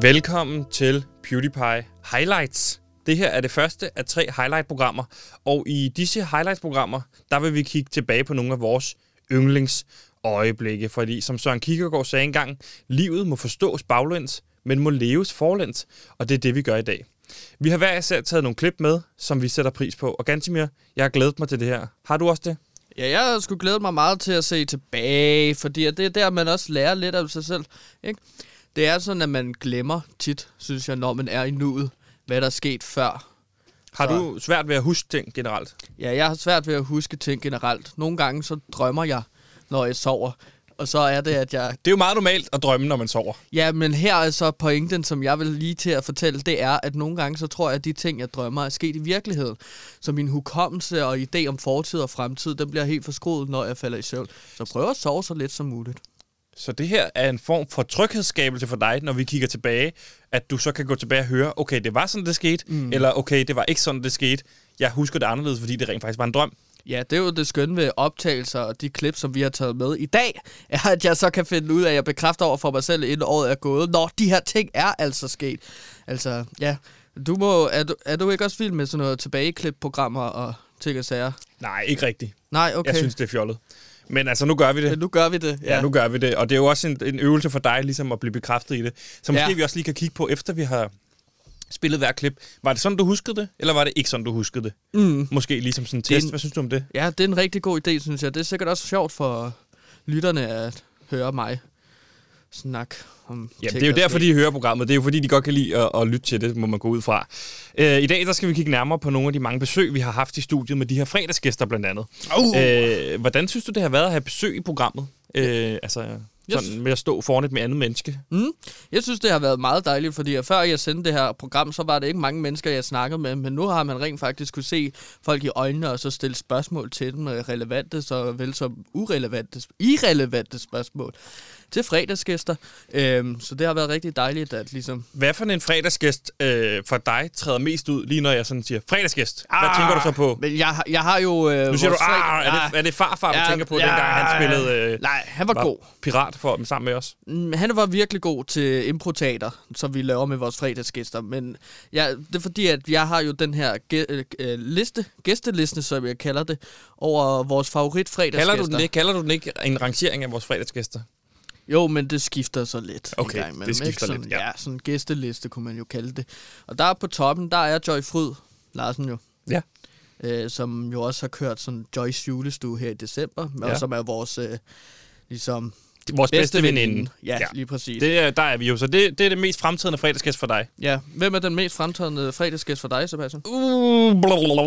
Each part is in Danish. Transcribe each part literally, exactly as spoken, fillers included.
Velkommen til PewDiePie Highlights. Det her er det første af tre highlight-programmer, og i disse highlight-programmer, der vil vi kigge tilbage på nogle af vores yndlingsøjeblikke, fordi som Søren Kierkegaard sagde engang, livet må forstås baglæns, men må leves forlæns, og det er det, vi gør i dag. Vi har hver især taget nogle klip med, som vi sætter pris på, og Gantimir, jeg har glædet mig til det her. Har du også det? Ja, jeg skulle glæde mig meget til at se tilbage, fordi det er der, man også lærer lidt af sig selv, ikke? Det er sådan, at man glemmer tit, synes jeg, når man er i nuet, hvad der er sket før. Har så, du svært ved at huske ting generelt? Ja, jeg har svært ved at huske ting generelt. Nogle gange så drømmer jeg, når jeg sover. Og så er det, at jeg... Det er jo meget normalt at drømme, når man sover. Ja, men her er så pointen, som jeg vil lige til at fortælle, det er, at nogle gange så tror jeg, at de ting, jeg drømmer, er sket i virkeligheden. Så min hukommelse og idé om fortid og fremtid, den bliver helt forskruet, når jeg falder i søvn. Så prøv at sove så lidt som muligt. Så det her er en form for tryghedsskabelse for dig, når vi kigger tilbage, at du så kan gå tilbage og høre, okay, det var sådan, det skete, mm. eller okay, det var ikke sådan, det skete. Jeg husker det anderledes, fordi det rent faktisk var en drøm. Ja, det er jo det skønne ved optagelser og de klip, som vi har taget med i dag, er, at jeg så kan finde ud af, at jeg bekræfter over for mig selv, inden året er gået. Nå, de her ting er altså sket. Altså, ja, du må, er, du, er du ikke også vild med sådan noget tilbageklip-programmer og ting og sager? Nej, ikke rigtigt. Nej, okay. Jeg synes, det er fjollet. Men altså, nu gør vi det. Ja, nu gør vi det, ja. Ja, nu gør vi det. Og det er jo også en, en øvelse for dig, ligesom at blive bekræftet i det. Så måske ja. vi også lige kan kigge på, efter vi har spillet hver klip. Var det sådan, du huskede det? Eller var det ikke sådan, du huskede det? Mm. Måske ligesom sådan en test. En, Hvad synes du om det? Ja, det er en rigtig god idé, synes jeg. Det er sikkert også sjovt for lytterne at høre mig snakke om Ja, ting, det er jo der derfor, sker. de hører programmet. Det er jo fordi, de godt kan lide at, at lytte til det, må man gå ud fra. Øh, I dag der skal vi kigge nærmere på nogle af de mange besøg, vi har haft i studiet med de her fredagsgæster blandt andet. Uh. Øh, hvordan synes du, det har været at have besøg i programmet? Øh, altså sådan Yes. med at stå foran et med andet menneske. Mm. Jeg synes, det har været meget dejligt, fordi før jeg sendte det her program, så var det ikke mange mennesker, jeg snakkede med, men nu har man rent faktisk kunne se folk i øjnene og så stille spørgsmål til dem, relevante såvel som urelevante, irrelevante spørgsmål til fredagsgæster. Øhm, så det har været rigtig dejligt at ligesom... Hvad for en fredagsgæst øh, for dig træder mest ud, lige når jeg sådan siger fredagsgæst? Hvad Ah, tænker du så på? Men jeg, jeg har jo... Øh, Nu siger du, fred... ah, er det, er det farfar, ja, du tænker på, ja, dengang han spillede øh, nej, han var, var god. pirat for dem sammen med os? Mm, Han var virkelig god til improteater, som vi laver med vores fredagsgæster. Men ja, det er fordi, at jeg har jo den her gæ- øh, liste, gæsteliste, som jeg kalder det, over vores favorit fredagsgæster. Kalder du den ikke, kalder du den ikke en rangering af vores fredagsgæster? Jo, men det skifter så lidt. Okay, en gang imellem, det skifter sådan, lidt, ja. Ja, sådan en gæsteliste kunne man jo kalde det. Og der på toppen, der er Joy Fryd Larsen jo. Ja. Øh, som jo også har kørt sådan Joy's julestue her i december, Ja. og som er vores, øh, ligesom... Vores bedste, bedste veninde. Ja, ja, lige præcis. Det er, der er vi jo, så det, det er det mest fremtrædende fredagsgæst for dig. Ja, hvem er den mest fremtrædende fredagsgæst for dig, Sebastian? Uh,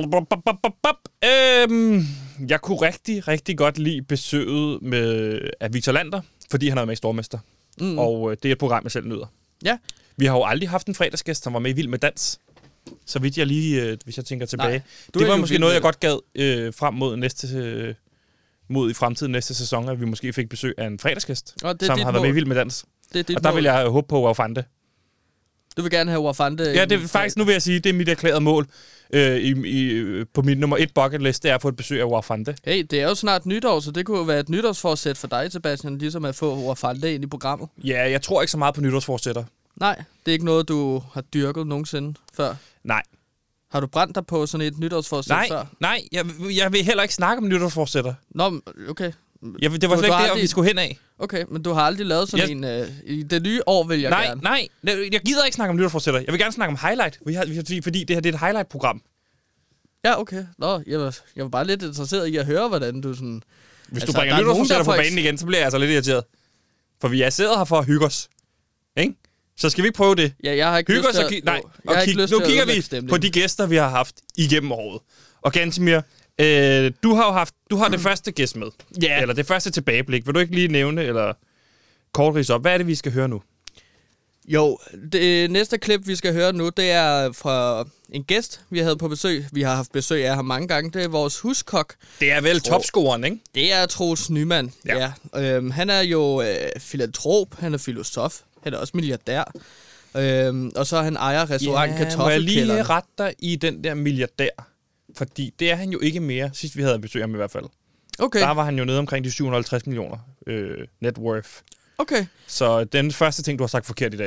øhm, jeg kunne rigtig, rigtig godt lide besøget med, af Victor Lander, fordi han er med i Stormester. Mm. Og øh, det er et program, jeg selv nyder. Ja. Vi har jo aldrig haft en fredagsgæst, som var med i Vild med Dans. Så vidt jeg lige, øh, hvis jeg tænker tilbage. Nej, det var måske noget, jeg godt gad øh, frem mod næste... Øh, mod i fremtiden næste sæson, at vi måske fik besøg af en fredagsgæst, og det som har været med i Vild med Dans. Det er og der mål. vil jeg håbe på Wafande. Du vil gerne have Wafande? Ja, det er faktisk, nu vil jeg sige, det er mit erklærede mål øh, i, i, på min nummer et bucket list, det er at få et besøg af Wafande. Hey, det er jo snart nytår, så det kunne jo være et nytårsforsæt for dig, Sebastian, ligesom at få Wafande ind i programmet. Ja, jeg tror ikke så meget på nytårsforsætter. Nej, det er ikke noget, du har dyrket nogensinde før? Nej. Har du brændt dig på sådan et nytårsforsæt nej, før? Nej, jeg, jeg vil heller ikke snakke om nytårsforsætter. Nå, okay. Jeg, det var du, slet ikke der, aldrig... vi skulle hen af. Okay, men du har aldrig lavet sådan jeg... en... Øh, I det nye år vil jeg nej, gerne. Nej, nej, jeg gider ikke snakke om nytårsforsætter. Jeg vil gerne snakke om highlight, fordi, fordi det her det er et highlight-program. Ja, okay. Nå, jeg var, jeg var bare lidt interesseret i at høre, hvordan du sådan... Hvis altså, du bringer nytårsforsætter på banen igen, så bliver jeg altså lidt irriteret. For vi er siddet her for at hygge os. Ikke? Så skal vi ikke prøve det? Ja, jeg har ikke hygge lyst os til at... Nej, og kig, nu kigger vi stemning. på de gæster, vi har haft igennem året. Og Gantimir, øh, du har jo haft... Du har det første gæst med. Ja. Eller det første tilbageblik. Vil du ikke lige nævne, eller kort ridse op? Hvad er det, vi skal høre nu? Jo, det næste klip, vi skal høre nu, det er fra en gæst, vi havde på besøg. Vi har haft besøg af ham mange gange. Det er vores huskok. Det er vel topscoren, ikke? Det er Troels Nyman. Ja. ja. Øhm, han er jo øh, filantrop, han er filosof, han er også milliardær. Øhm, og så han ejer restaurant ja, Kartoffelkælderen. Må jeg lige rette dig i den der milliardær? Fordi det er han jo ikke mere. Sidst vi havde besøg ham i hvert fald. Okay. Der var han jo nede omkring de syv hundrede og halvtreds millioner øh, net worth. Okay. Så den første ting, du har sagt forkert i dag.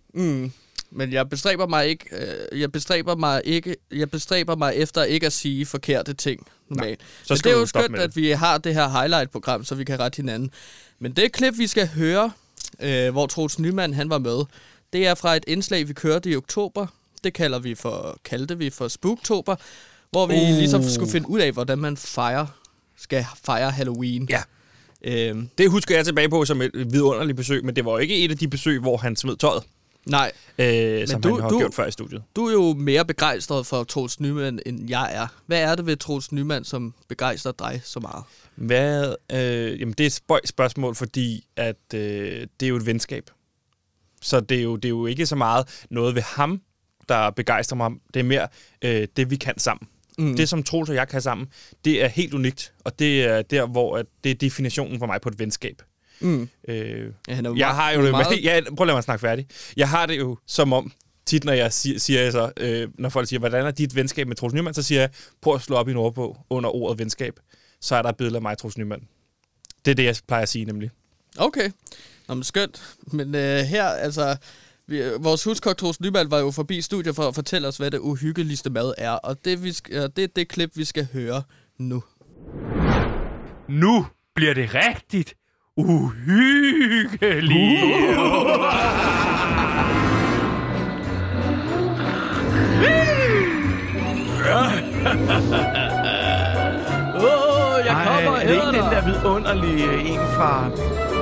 Mm. Men jeg bestræber mig ikke, øh, jeg bestræber mig ikke, jeg bestræber mig efter ikke at sige forkerte ting normalt. Så det er jo skønt, at vi har det her highlight-program, så vi kan rette hinanden. Men det klip, vi skal høre, øh, hvor Troels Nyman han var med, det er fra et indslag, vi kørte i oktober. Det kalder vi for, kaldte vi for Spooktober, hvor vi uh. ligesom skulle finde ud af, hvordan man fejrer, skal fejre Halloween. Ja. Øhm. Det husker jeg tilbage på som et vidunderligt besøg, men det var jo ikke et af de besøg, hvor han smed tøjet. Nej. Øh, som du, han har du, gjort før i studiet. Du er jo mere begejstret for Troels Nyman, end jeg er. Hvad er det ved Troels Nyman, som begejstrer dig så meget? Hvad? Øh, jamen, det er et spøjt spørgsmål, fordi at, øh, det er jo et venskab. Så det er, jo, det er jo ikke så meget noget ved ham, der begejstrer mig. Det er mere øh, det, vi kan sammen. Mm. Det, som Troels og jeg kan sammen, det er helt unikt. Og det er der, hvor at det er definitionen for mig på et venskab. Mm. Øh, ja, jeg meget, har jo det meget... ja, prøv at lade mig snakke færdig. Jeg har det jo som om, tit når jeg siger, siger så, øh, når folk siger, hvordan er dit venskab med Troels Nyman, så siger jeg, prøv at slå op i en ordbog under ordet venskab. Så er der et billede af mig, Troels Nyman. Det er det, jeg plejer at sige nemlig. Okay. Nå, men skønt. Men øh, her, altså... Vi, vores huskok Troels Nyman var jo forbi studiet for at fortælle os, hvad det uhyggeligste mad er. Og det, vi skal, det er det klip, vi skal høre nu. Nu bliver det rigtigt uhyggeligt. Uh. oh, jeg kommer Ej, er det ikke den der vidunderlige en fra...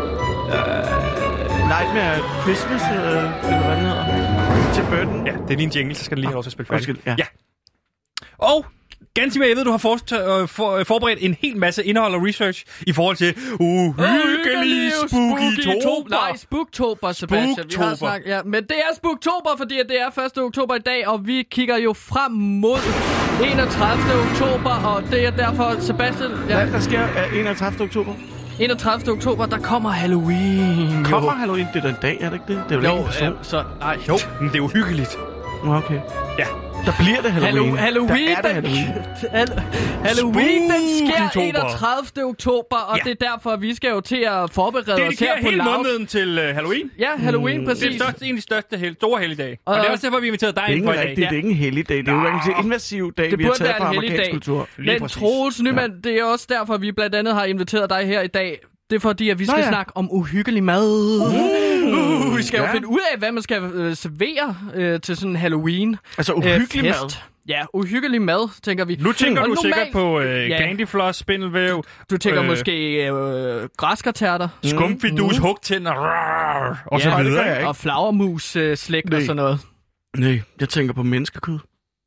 Øh, Nightmare Christmas, øh, eller hvad den hedder, til Burton? Ja, det er din jingle, så skal den lige have lov til at spille færdig. Ja. ja. Og, ganske jeg ved, du har for, øh, for, forberedt en hel masse indhold og research i forhold til uhyggelig spooky tober. Nej, Spooktober, Sebastian. Vi har snakket, ja, men det er Spooktober, fordi det er første oktober i dag, og vi kigger jo frem mod enogtredivte oktober, og det er derfor, Sebastian... Ja. Hvad der sker af enogtredivte oktober? enogtredivte oktober, der kommer Halloween. Kommer jo. Halloween? Det er den dag, er det ikke det? Det er jo, jo ikke øh, så nej. Jo, men det er uhyggeligt. Okay. Ja. Der bliver det Halloween. Halloween, der er det Halloween. Den, Halloween, den sker enogtredivte oktober, og ja. Det er derfor, vi skal jo til at forberede os her på hele måneden til uh, Halloween. Ja, Halloween, mm. præcis. Det er største, en af de største hel, store helligdage. Og, og det er også derfor, vi inviteret dig ind for i dag. Det er ikke en helligdag. Det er jo en invasiv dag, det vi har taget fra amerikansk kultur. Men Troels Nyman, ja. Det er også derfor, vi blandt andet har inviteret dig her i dag. Det er fordi, at vi skal Nå, ja. snakke om uhyggelig mad. Uh, uh, vi skal ja. jo finde ud af, hvad man skal øh, servere øh, til sådan en Halloween. Altså uhyggelig øh, mad? Ja, uhyggelig mad, tænker vi. Nu tænker og du normalt, sikkert på øh, ja. candyfloss, spindelvæv. Du tænker øh, måske øh, græskartærter. Mm. Skumfidus, mm. hugtænder, rrr, og ja, så videre. Og flagermus, øh, slægt og sådan noget. Nej, jeg tænker på menneskekød.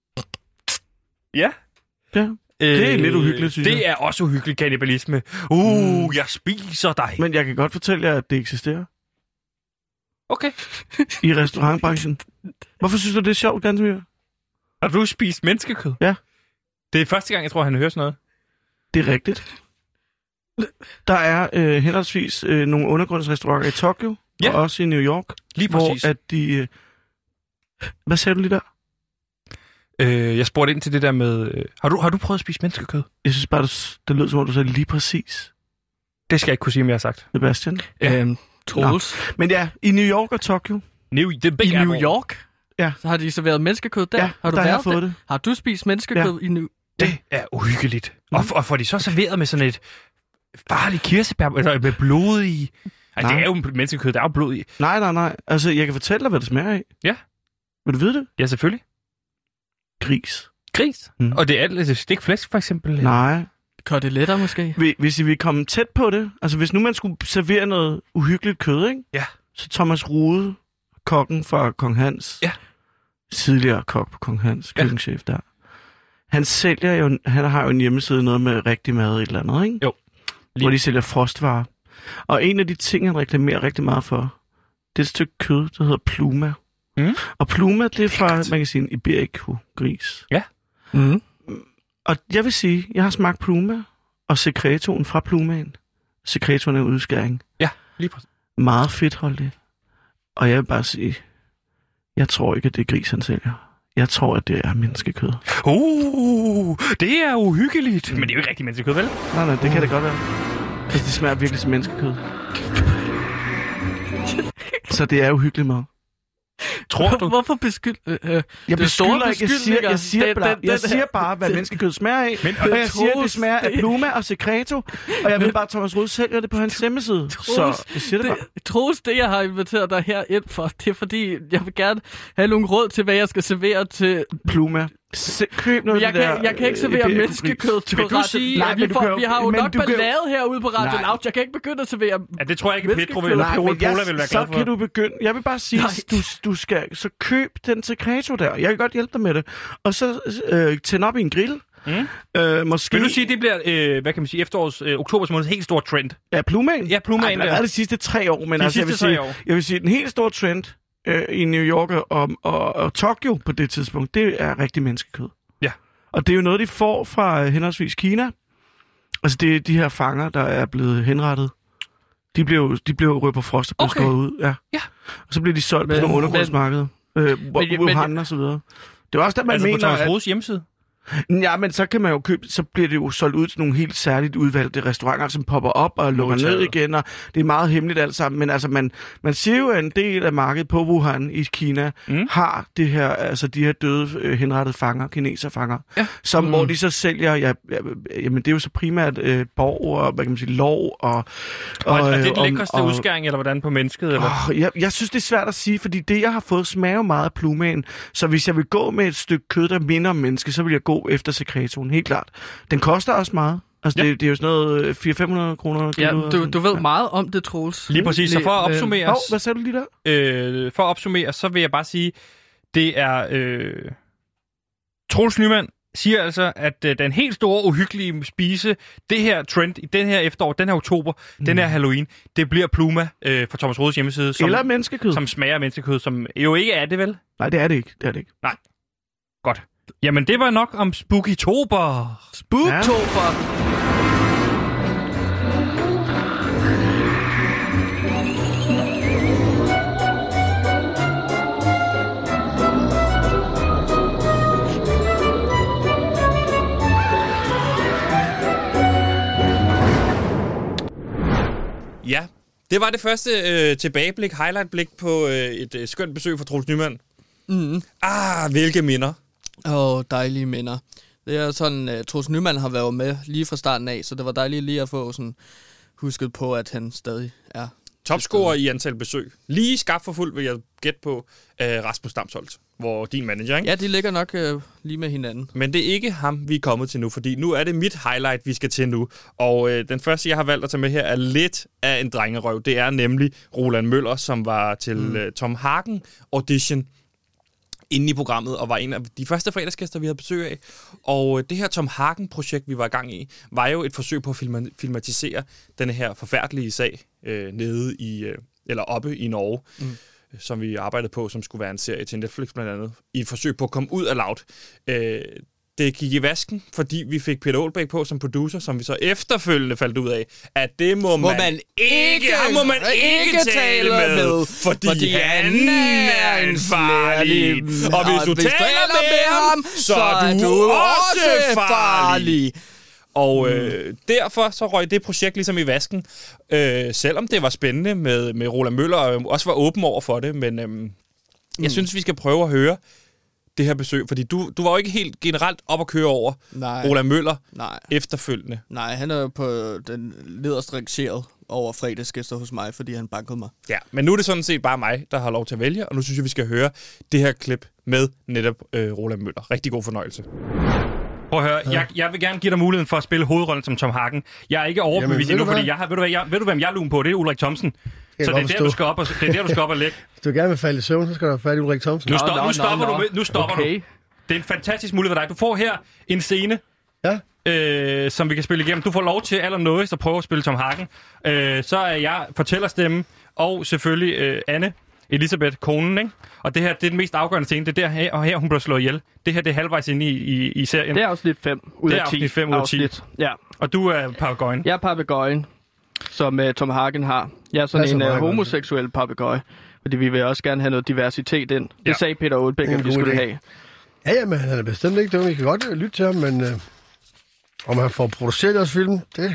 Ja. Ja. Det er lidt uhyggeligt, synes jeg. Det er også uhyggelig kannibalisme. Uh, mm. jeg spiser dig. Men jeg kan godt fortælle jer, at det eksisterer. Okay. I restaurantbranchen. Hvorfor synes du, det er sjovt, Gansmir? Har du spist menneskekød? Ja. Det er første gang, jeg tror, han hører sådan noget. Det er rigtigt. Der er øh, henholdsvis øh, nogle undergrundsrestauranter i Tokyo, ja. Og også i New York. Lige præcis. Hvor at de... Øh... Hvad sagde du lige der? Øh, jeg spurgte ind til det der med... Øh, har, du, har du prøvet at spise menneskekød? Jeg synes bare, det, det lød som om, du sagde lige præcis. Det skal jeg ikke kunne sige, om jeg har sagt. Sebastian? Ja. Øhm, Troels. Men ja, i New York og Tokyo. New, det I New York? Ja. Så har de serveret menneskekød der? Ja, har du der været har jeg fået det? det. Har du spist menneskekød ja. i New Det er uhyggeligt. Mm. Og, og får de så serveret med sådan et farligt kirsebær, eller med blod i? Ej, det er jo menneskekød, der er jo blod i. Nej, nej, nej. Altså, jeg kan fortælle dig, hvad det smager af. Ja. Vil du vide det? Ja, selvfølgelig. Gris. Gris? Mm. Og det er alt stikflæsk, for eksempel? Nej. Koteletter måske? Hvis I vil komme tæt på det, altså hvis nu man skulle servere noget uhyggeligt kød, ikke? Ja. Så Thomas Rode, kokken fra Kong Hans, ja. tidligere kok på Kong Hans, køkkenchef ja. der, han sælger jo, han har jo en hjemmeside noget med rigtig mad et eller andet, ikke? Jo. Lige. Hvor de sælger frostvarer. Og en af de ting, han reklamerer rigtig meget for, det er et stykke kød, der hedder pluma. Mm. Og pluma, det er fra, man kan sige, en Iberico-gris. Ja. Mm. Og jeg vil sige, jeg har smagt pluma og sekretoen fra plumaen. Sekretoen er udskæring. Ja, lige præcis. Meget fedtholdigt. Og jeg vil bare sige, jeg tror ikke, at det er gris, han sælger. Jeg tror, at det er menneskekød. Uh, det er uhyggeligt. Men det er jo ikke rigtig menneskekød, vel? Nej, nej, det uh. kan det godt være. Altså, det smager virkelig som menneskekød. Så det er uhyggeligt mad. Tror du? Hvorfor beskyld... Øh, øh, Jeg beskylder ikke, jeg siger, jeg siger, Den- bare, den- jeg den- siger bare, hvad menneskekød smager af. Men- og jeg siger, at det Troels, smager af det- pluma og secreto. Og jeg ved bare, at Thomas Rode sælger det på hans hjemmeside. Så jeg siger det bare. det, Troels, det jeg har inviteret dig her ind for, det er fordi, jeg vil gerne have nogle råd til, hvad jeg skal servere til... Pluma. Se, køb noget Men jeg, af det kan, der, jeg kan ikke øh, servere Iberico menneskekød Gris. til Vil du Radio. sige- Nej, vi, men du får, kan jo- vi har jo men nok du kan jo- ballade herude på Radio Nej. Loud. Jeg kan ikke begynde at servere... Ja, det tror jeg ikke, Petro Menneskekød. vil, Nej, eller men Pola jeg, vil være så glad for. kan du begynde. Jeg vil bare sige, Nej. du, du, skal så køb den secreto der. Jeg kan godt hjælpe dig med det. Og så øh, tænd op i en grill. Mm. Øh, måske... Vil du sige, det bliver, øh, hvad kan man sige, efterårs, øh, oktobers måneds helt store trend? Ja, plumaen? Ja, plumaen Ej, det har der. været de sidste tre år, men De altså, jeg vil, sidste tre sige, år. jeg vil sige, den helt store trend øh, i New York og, og, og Tokyo på det tidspunkt, det er rigtig menneskekød. Ja. Og det er jo noget, de får fra øh, henholdsvis Kina. Altså, det er de her fanger, der er blevet henrettet. De blev de blev rød på frost og blev Okay. skåret ud. Ja. Ja. Og så bliver de solgt Men- på nogle undergrundsmarkeder. Øh, Men- Wuhan og så videre. Det er også der, man Altså på mener, Thomas at... Rodes hjemmeside? Ja, men så kan man jo købe, så bliver det jo solgt ud til nogle helt særligt udvalgte restauranter, som popper op og lukker Modtaget. ned igen, og det er meget hemmeligt alt sammen. Men altså, man, man siger jo, at en del af markedet på Wuhan i Kina Mm. har det her, altså de her døde, øh, henrettede fanger, kineserfanger, Ja. som, Mm. hvor de så sælger, ja, ja, jamen det er jo så primært øh, borg og, hvad kan man sige, lov og... Og, og er det den om- lækreste og- udskæring, eller hvordan på mennesket? Eller? Oh, jeg, jeg synes, det er svært at sige, fordi det, jeg har fået, smager jo meget af plumaen. Så hvis jeg vil gå med et stykke kød, der minder om menneske, så vil jeg gå efter sekretoen, helt klart. Den koster også meget. Altså, Ja. ja. det, det er jo sådan noget fire hundrede til fem hundrede kroner. Ja, kilo, du, og du ved sådan. meget om det, Troels. Lige præcis. Så for at Men- opsummere, Hov, hvad sagde du lige der? øh, for at opsummere, så vil jeg bare sige, det er øh, Troels Nyman siger altså, at øh, den helt store, uhyggelige spise, det her trend i den her efterår, den her oktober, mm. den her Halloween, det bliver pluma øh, fra Thomas Rodes hjemmeside, som, Eller menneskekød. som smager af menneskekød, som jo ikke er det, vel? Nej, det er det ikke. Det er det ikke. Godt. Jamen, det var nok om Spookytober. Spooktober! Ja, det var det første øh, tilbageblik, highlightblik på øh, et øh, skønt besøg fra Troels Nyman. Mm. Ah, hvilke minder. Åh, oh, dejlige minder. Det er sådan, uh, Troels Nyman har været med lige fra starten af, så det var dejligt lige at få sådan husket på, at han stadig er. Topscorer i antal besøg. Lige skarpt for fuld vil jeg gætte på øh, Rasmus Damsholt, hvor din manager, ikke? Ja, de ligger nok uh, lige med hinanden. Men det er ikke ham, vi er kommet til nu, fordi nu er det mit highlight, vi skal til nu. Og øh, den første, jeg har valgt at tage med her, er lidt af en drengerøv. Det er nemlig Roland Møller, som var til mm. øh, Tom Hagen audition inde i programmet, og var en af de første fredagsgæster, vi havde besøg af. Og øh, det her Tom Hagen-projekt, vi var i gang i, var jo et forsøg på at filma- filmatisere denne her forfærdelige sag øh, nede i, øh, eller oppe i Norge, mm. som vi arbejdede på, som skulle være en serie til Netflix blandt andet, i et forsøg på at komme ud af Loud. Øh, det gik i vasken, fordi vi fik Peter Aalbæk på som producer, som vi så efterfølgende faldt ud af, at det må, Må man, man ikke, ham må man ikke tale med, med fordi, fordi han er en farlig. Og hvis du taler med ham, så er du også farlig. Og øh, derfor så røg det projekt ligesom i vasken, øh, selvom det var spændende med, med Roland Møller, og også var åben over for det, men øh, mm. jeg synes, vi skal prøve at høre det her besøg, fordi du, du var jo ikke helt generelt op at køre over Nej. Roland Møller Nej. efterfølgende. Nej, han er jo på den nederst rangeret over fredagsgæster hos mig, fordi han bankede mig. Ja, men nu er det sådan set bare mig, der har lov til at vælge, og nu synes jeg, vi skal høre det her klip med netop øh, Roland Møller. Rigtig god fornøjelse. Prøv at høre, jeg, jeg vil gerne give dig muligheden for at spille hovedrollen som Tom Hagen. Jeg er ikke overbevist Jamen, endnu, ved du fordi hvad? jeg har, ved, du hvad, jeg, ved du, hvem jeg er lun på? Det er Ulrik Thomsen. jeg Så det godt er, der, forstå. du skal op og, det er der, du skal op og lægge. Hvis du gerne vil falde i søvn, så skal du have fat i Ulrik Thomsen. Nu, Nå, stop, nå, nu nå, stopper nå. du. Med, nu stopper Okay. du. Det er en fantastisk mulighed for dig. Du får her en scene, Ja. øh, som vi kan spille igennem. Du får lov til allernådigst at prøve at spille Tom Hagen. Øh, så er jeg fortællerstemme, og selvfølgelig øh, Anne Elisabeth, konen, ikke? Og det her, det er den mest afgørende scene. Det er der, her, og her hun bliver slået ihjel. Det her, det er halvvejs inde i, i, i serien. Det er afsnit fem ud Det er af ti. afsnit fem ud af ti. afsnit. Ja. Og du er papegøjen. Jeg er papegøjen, som uh, Tom Hagen har. Jeg er sådan Passer en uh, meget godt. homoseksuel papegøje. Fordi vi vil også gerne have noget diversitet ind. Det Ja. sagde Peter Aalbæk, Det er en at vi god skulle idé. have. Ja, ja, men han er bestemt ikke dum. Vi kan godt øh, lytte til ham, men øh, om han får produceret deres film, det...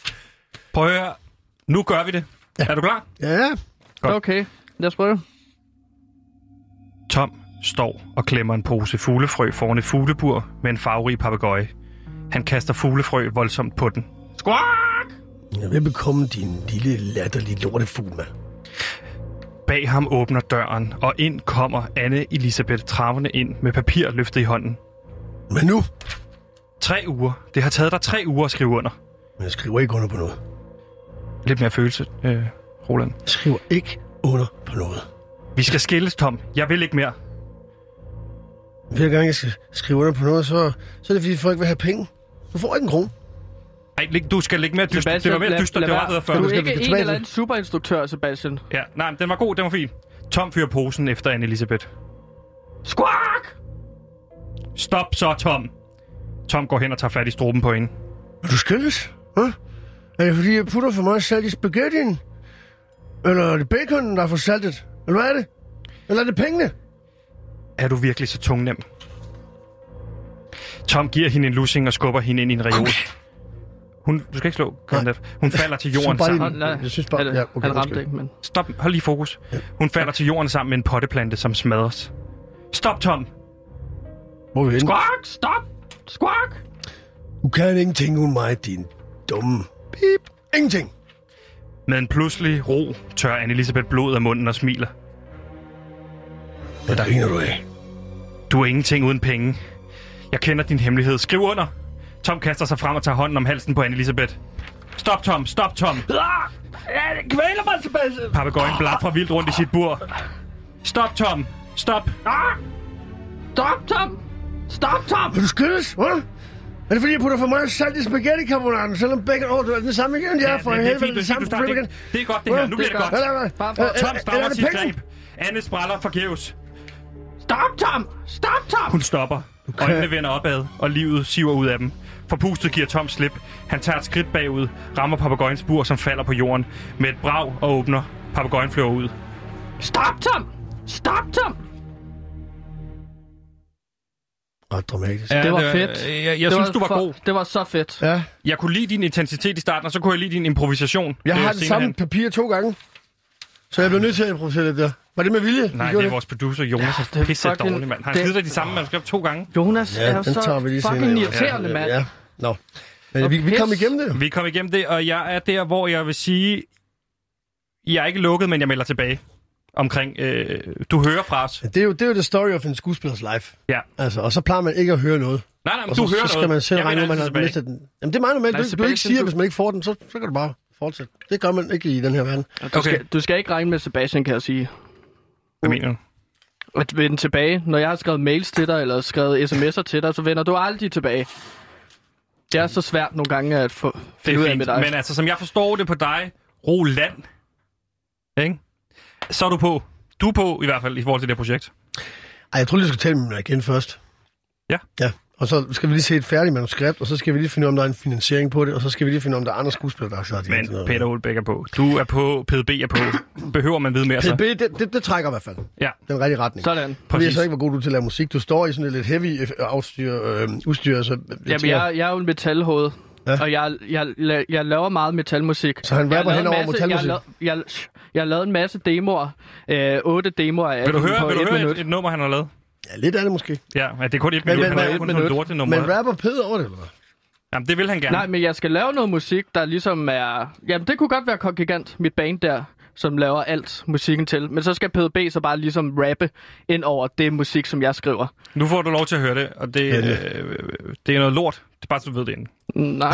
Prøv at høre. Nu gør vi det. Ja. Er du klar? Ja, ja. Godt. Okay, lad os prøve. Tom står og klemmer en pose fuglefrø foran et fuglebur med en farverig papegøje. Han kaster fuglefrø voldsomt på den. Squawk! Jeg vil bekomme din lille latterlige lortefugl, mand. Bag ham åbner døren, og ind kommer Anne Elisabeth travende ind med papir løftet i hånden. Men nu? Tre uger. Det har taget dig tre uger at skrive under. Men jeg skriver ikke under på noget. Lidt mere følelse, øh, Roland. Jeg skriver ikke under på noget. Vi skal skilles, Tom. Jeg vil ikke mere. Hver gang jeg skal skrive under på noget, så, så er det fordi folk vil have penge. Du får ikke en krone. Ej, du skal lægge mere dyster. Det var mere dyster, det var bedre før. Du er skal- ikke skal en tilbage eller til- anden superinstruktør, Sebastian. Ja, nej, den var god, den var fin. Tom fyrer posen efter Anne Elisabeth. Squawk! Stop så, Tom. Tom går hen og tager fat i struben på hende. Er du skældes? Hå? Er det fordi, jeg putter for meget salt i spaghettien? Eller er det baconen, der er for saltet? Eller hvad er det? Eller er det pengene? Er du virkelig så tungnem? Tom giver hende en lussing og skubber hende ind i en reol. Hun, du skal ikke slå, Conrad. Hun falder til jorden bare lige- sammen. Nej, Jeg synes bare- han, ja, okay, han ramte undskyld. ikke, men... Stop, hold lige fokus. Hun falder til jorden sammen med en potteplante, som smadres. Stop, Tom. Hvor er vi henne? Squawk! Stop! Squawk! Du kan ingenting uden mig, din dumme pip. Ingenting. Med en pludselig ro tør Anne Elisabeth blod af munden og smiler. Hvad griner du af? Du er ingenting uden penge. Jeg kender din hemmelighed. Skriv under. Tom kaster sig frem og tager hånden om halsen på Anne Elisabeth. Stop, Tom. Stop, Tom. Ja, det kvæler mig, Sebastian! Papegøjen blafrer vildt rundt i sit bur. Stop, Tom. Stop. Stop, Tom! Stop, Tom! Er du skyldes? Hvad? Er det fordi, jeg putter for meget salt i spaghetti carbonaden, selvom bacon... Åh, du er den samme igen? Ja, for det, det er helvede, fint, det er samme fint, du problem starter igen. det. Det er godt, det her. Nu bliver det godt. Eller hvad? Bare for- Øh, Tom eller strammer er det sit penge? greb. Anne spræller forgæves. Stop, Tom! Stop, Tom! Hun stopper. Øjnene vender opad, og livet siver ud af dem. Forpustet giver Tom slip. Han tager et skridt bagud, rammer papegøjens bur, som falder på jorden. Med et brag og åbner. Papegøjen flyver ud. Stop, Tom! Stop, Tom! Ret dramatisk. Det var fedt. Jeg, jeg det synes, du var for, god. Det var så fedt. Ja, Jeg kunne lide din intensitet i starten, og så kunne jeg lide din improvisation. jeg øh, har det senere samme hen. papir to gange. Så jeg blev nødt til at improvisere lidt der. Var det med vilje? Nej, Vi gjorde det er vores producer, Jonas. det Ja, er er pisse fucking- dårlig, mand. Han det- har givet dig de samme manuskript to gange. Jonas Ja, er jo den tager vi så lige fucking senere. irriterende, Ja, mand. Ja, nå. Men vi, vi kom igennem det. Vi kom igennem det, og jeg er der, hvor jeg vil sige... Jeg er ikke lukket, men jeg melder tilbage omkring... Øh, du hører fra os. Det er jo det er jo the story of en skuespillers life. Ja. Altså, og så plejer man ikke at høre noget. Nej, nej, men Og du så, hører så skal noget. man selv Jeg regne ud, melder man har altid mistet den. Jamen, det er meget normalt. Nej, Du, du ikke Sebastian, siger, du- hvis man ikke får den, så, så kan du bare fortsætte. Det gør man ikke i den her verden. Du, Okay. skal, du skal ikke regne med Sebastian, kan jeg sige. Hvad mener du? At vende tilbage. Når jeg har skrevet mails til dig, eller skrevet sms'er til dig, så vender du aldrig tilbage. Det er så svært nogle gange at få, Det finde ud er af med fint, dig. men altså, som jeg forstår det på dig, Roland, ikke? Så er du på. Du er på, i hvert fald, i forhold til det her projekt. Ej, jeg tror lige, du skal tale med mig igen først. Ja. Ja, og så skal vi lige se et færdigt manuskript, og så skal vi lige finde ud af, om der er en finansiering på det, og så skal vi lige finde ud af, om der er andre skuespillere, der har sagt Men Peter Olbæk er på. Du er på. P D B er på. Behøver man vide mere P så? D B, det, det, det trækker i hvert fald. Ja. Den rigtige retning. Sådan. Jeg ved Præcis. så ikke, hvor god du er til at lave musik. Du står i sådan et lidt heavy afstyr, øh, udstyr, så... Jamen, jeg, jeg er jo en metalhoved. Ja. Ja. Og jeg, jeg, jeg, jeg laver meget metalmusik. Så han Jeg har rapper lavet hen over en masse- metalmusik? Jeg, har lavet- jeg, jeg har lavet en masse demoer. Øh, otte demoer af Vil du dem høre, på vil du et høre minut. et, et nummer, han har lavet? Ja, lidt af det måske. Ja, ja, det er kun et Men- minut. men- Han har men- kun et noget minut. lorte nummer. Men rapper Peder over det, eller hvad? Jamen, det vil han gerne. Nej, men jeg skal lave noget musik, der ligesom er... Jamen, det kunne godt være Kongigant, mit band der, som laver alt musikken til. Men så skal P D B så bare ligesom rappe ind over det musik, som jeg skriver. Nu får du lov til at høre det, og det, Ja, det. øh, det er noget lort. Det er bare, så du ved det inden. Nej.